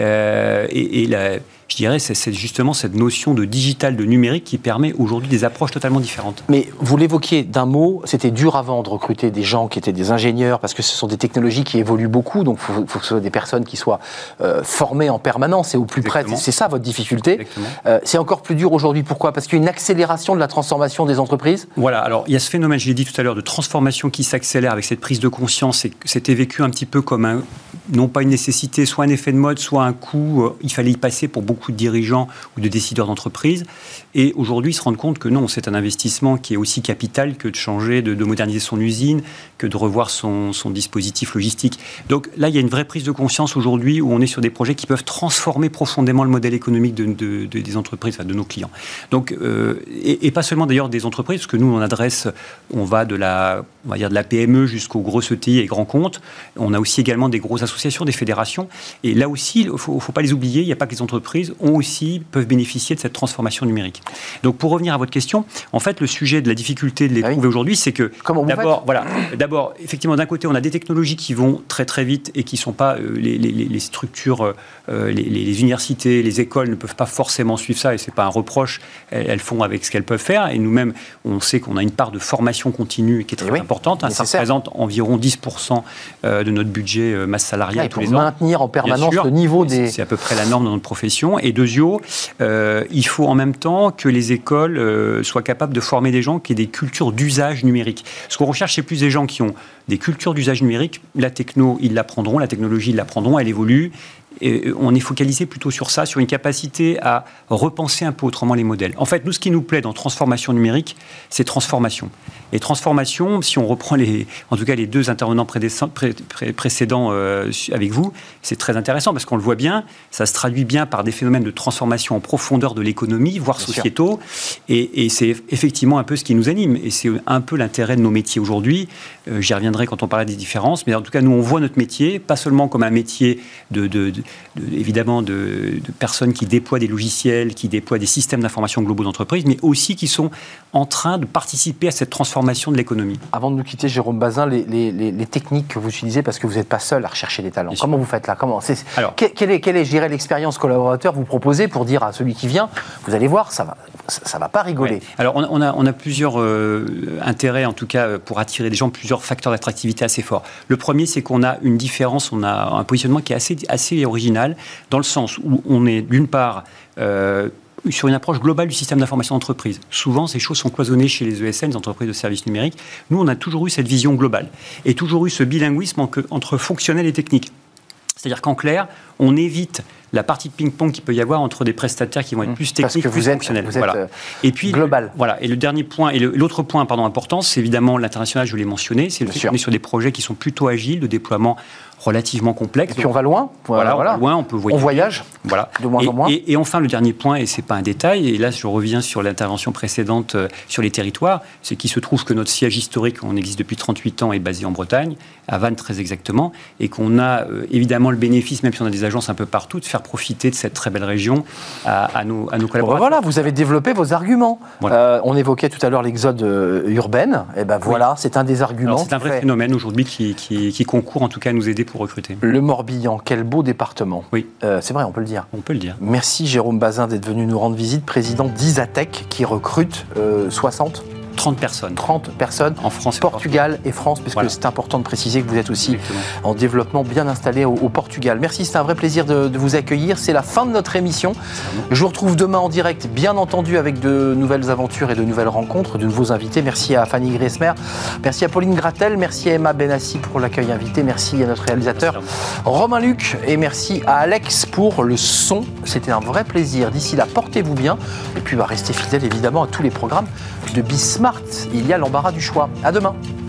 et je dirais, c'est justement cette notion de digital, de numérique qui permet aujourd'hui des approches totalement différentes. Mais vous l'évoquiez d'un mot, c'était dur avant de recruter des gens qui étaient des ingénieurs, parce que ce sont des technologies qui évoluent beaucoup, donc il faut que ce soit des personnes qui soient formées en permanence et au plus près. C'est ça votre difficulté. C'est encore plus dur aujourd'hui. Pourquoi ? Parce qu'il y a une accélération de la transformation des entreprises. Voilà, alors il y a ce phénomène, je l'ai dit tout à l'heure, de transformation qui s'accélère avec cette prise de conscience, et c'était vécu un petit peu comme non pas une nécessité, soit un effet de mode, soit un coût. Il fallait y passer pour beaucoup de dirigeants ou de décideurs d'entreprise. Et aujourd'hui, ils se rendent compte que non, c'est un investissement qui est aussi capital que de changer, de moderniser son usine, que de revoir son dispositif logistique. Donc là, il y a une vraie prise de conscience aujourd'hui où on est sur des projets qui peuvent transformer profondément le modèle économique des entreprises, enfin de nos clients. Donc, et pas seulement d'ailleurs des entreprises, parce que nous, on va de la PME jusqu'aux grosses ETI et grands comptes. On a aussi également des grosses associations, des fédérations. Et là aussi, faut pas les oublier. Il n'y a pas que les entreprises peuvent bénéficier de cette transformation numérique. Donc, pour revenir à votre question, en fait, le sujet de la difficulté de les trouver aujourd'hui, c'est que d'abord, effectivement, d'un côté, on a des technologies qui vont très très vite et qui ne sont pas les structures, les universités, les écoles ne peuvent pas forcément suivre ça, et c'est pas un reproche. Elles font avec ce qu'elles peuvent faire, et nous-mêmes, on sait qu'on a une part de formation continue qui est très importante. Ça représente environ 10% de notre budget masse salariale tous les ans. Pour maintenir en permanence le niveau des... C'est à peu près la norme dans notre profession. Et deuxièmement, il faut en même temps que les écoles soient capables de former des gens qui aient des cultures d'usage numérique. Ce qu'on recherche, c'est plus des gens qui ont des cultures d'usage numérique. La techno, ils l'apprendront, la technologie, ils l'apprendront, elle évolue. Et on est focalisé plutôt sur ça, sur une capacité à repenser un peu autrement les modèles. En fait, nous, ce qui nous plaît dans transformation numérique, c'est transformation. Et transformation, si on reprend en tout cas les deux intervenants précédents avec vous, c'est très intéressant parce qu'on le voit bien, ça se traduit bien par des phénomènes de transformation en profondeur de l'économie, voire sociétaux. Et c'est effectivement un peu ce qui nous anime. Et c'est un peu l'intérêt de nos métiers aujourd'hui. J'y reviendrai quand on parlera des différences. Mais en tout cas, nous, on voit notre métier, pas seulement comme un métier évidemment de personnes qui déploient des logiciels, qui déploient des systèmes d'information globaux d'entreprise, mais aussi qui sont en train de participer à cette transformation de l'économie. Avant de nous quitter, Jérôme Bazin, les techniques que vous utilisez, parce que vous n'êtes pas seul à rechercher des talents. Comment vous faites là? Quelle est, je dirais, l'expérience collaborateur vous proposez pour dire à celui qui vient, vous allez voir, ça va pas rigoler. Ouais. Alors, on a plusieurs intérêts, en tout cas, pour attirer des gens, plusieurs facteurs d'attractivité assez forts. Le premier, c'est qu'on a une différence, on a un positionnement qui est assez original, dans le sens où on est, d'une part, sur une approche globale du système d'information d'entreprise. Souvent, ces choses sont cloisonnées chez les ESN, les entreprises de services numériques. Nous, on a toujours eu cette vision globale et toujours eu ce bilinguisme entre fonctionnel et technique. C'est-à-dire qu'en clair, on évite la partie de ping-pong qu'il peut y avoir entre des prestataires qui vont être plus techniques, plus fonctionnels. Et puis, global. Et le dernier point, et l'autre point important, c'est évidemment l'international, je l'ai mentionné, c'est on est sur des projets qui sont plutôt agiles, de déploiement relativement complexe. Et puis on va loin. On va loin, on peut voyager. On voyage de moins en moins. Et enfin, le dernier point, et ce n'est pas un détail, et là je reviens sur l'intervention précédente sur les territoires, c'est qu'il se trouve que notre siège historique, on existe depuis 38 ans, est basé en Bretagne, à Vannes très exactement, et qu'on a évidemment le bénéfice, même si on a des agences un peu partout, de faire profiter de cette très belle région à nos collaborateurs. Voilà, vous avez développé vos arguments. On évoquait tout à l'heure l'exode urbaine, et c'est un des arguments. Alors, c'est un vrai phénomène aujourd'hui qui concourt en tout cas à nous aider pour recruter. Le Morbihan, quel beau département. Oui. C'est vrai, on peut le dire. On peut le dire. Merci Jérôme Bazin d'être venu nous rendre visite, président d'Isatech, qui recrute 30 personnes en France, Portugal et France, parce que c'est important de préciser que vous êtes aussi en développement bien installé au Portugal. Merci, c'est un vrai plaisir de vous accueillir. C'est la fin de notre émission. Je vous retrouve demain en direct, bien entendu, avec de nouvelles aventures et de nouvelles rencontres, de nouveaux invités. Merci à Fanny Griesmer, merci à Pauline Gratel, merci à Emma Benassi pour l'accueil invité, merci à notre réalisateur Romain Luc et merci à Alex pour le son. C'était un vrai plaisir. D'ici là, portez-vous bien et puis restez fidèles évidemment à tous les programmes de Bismart. Il y a l'embarras du choix. À demain.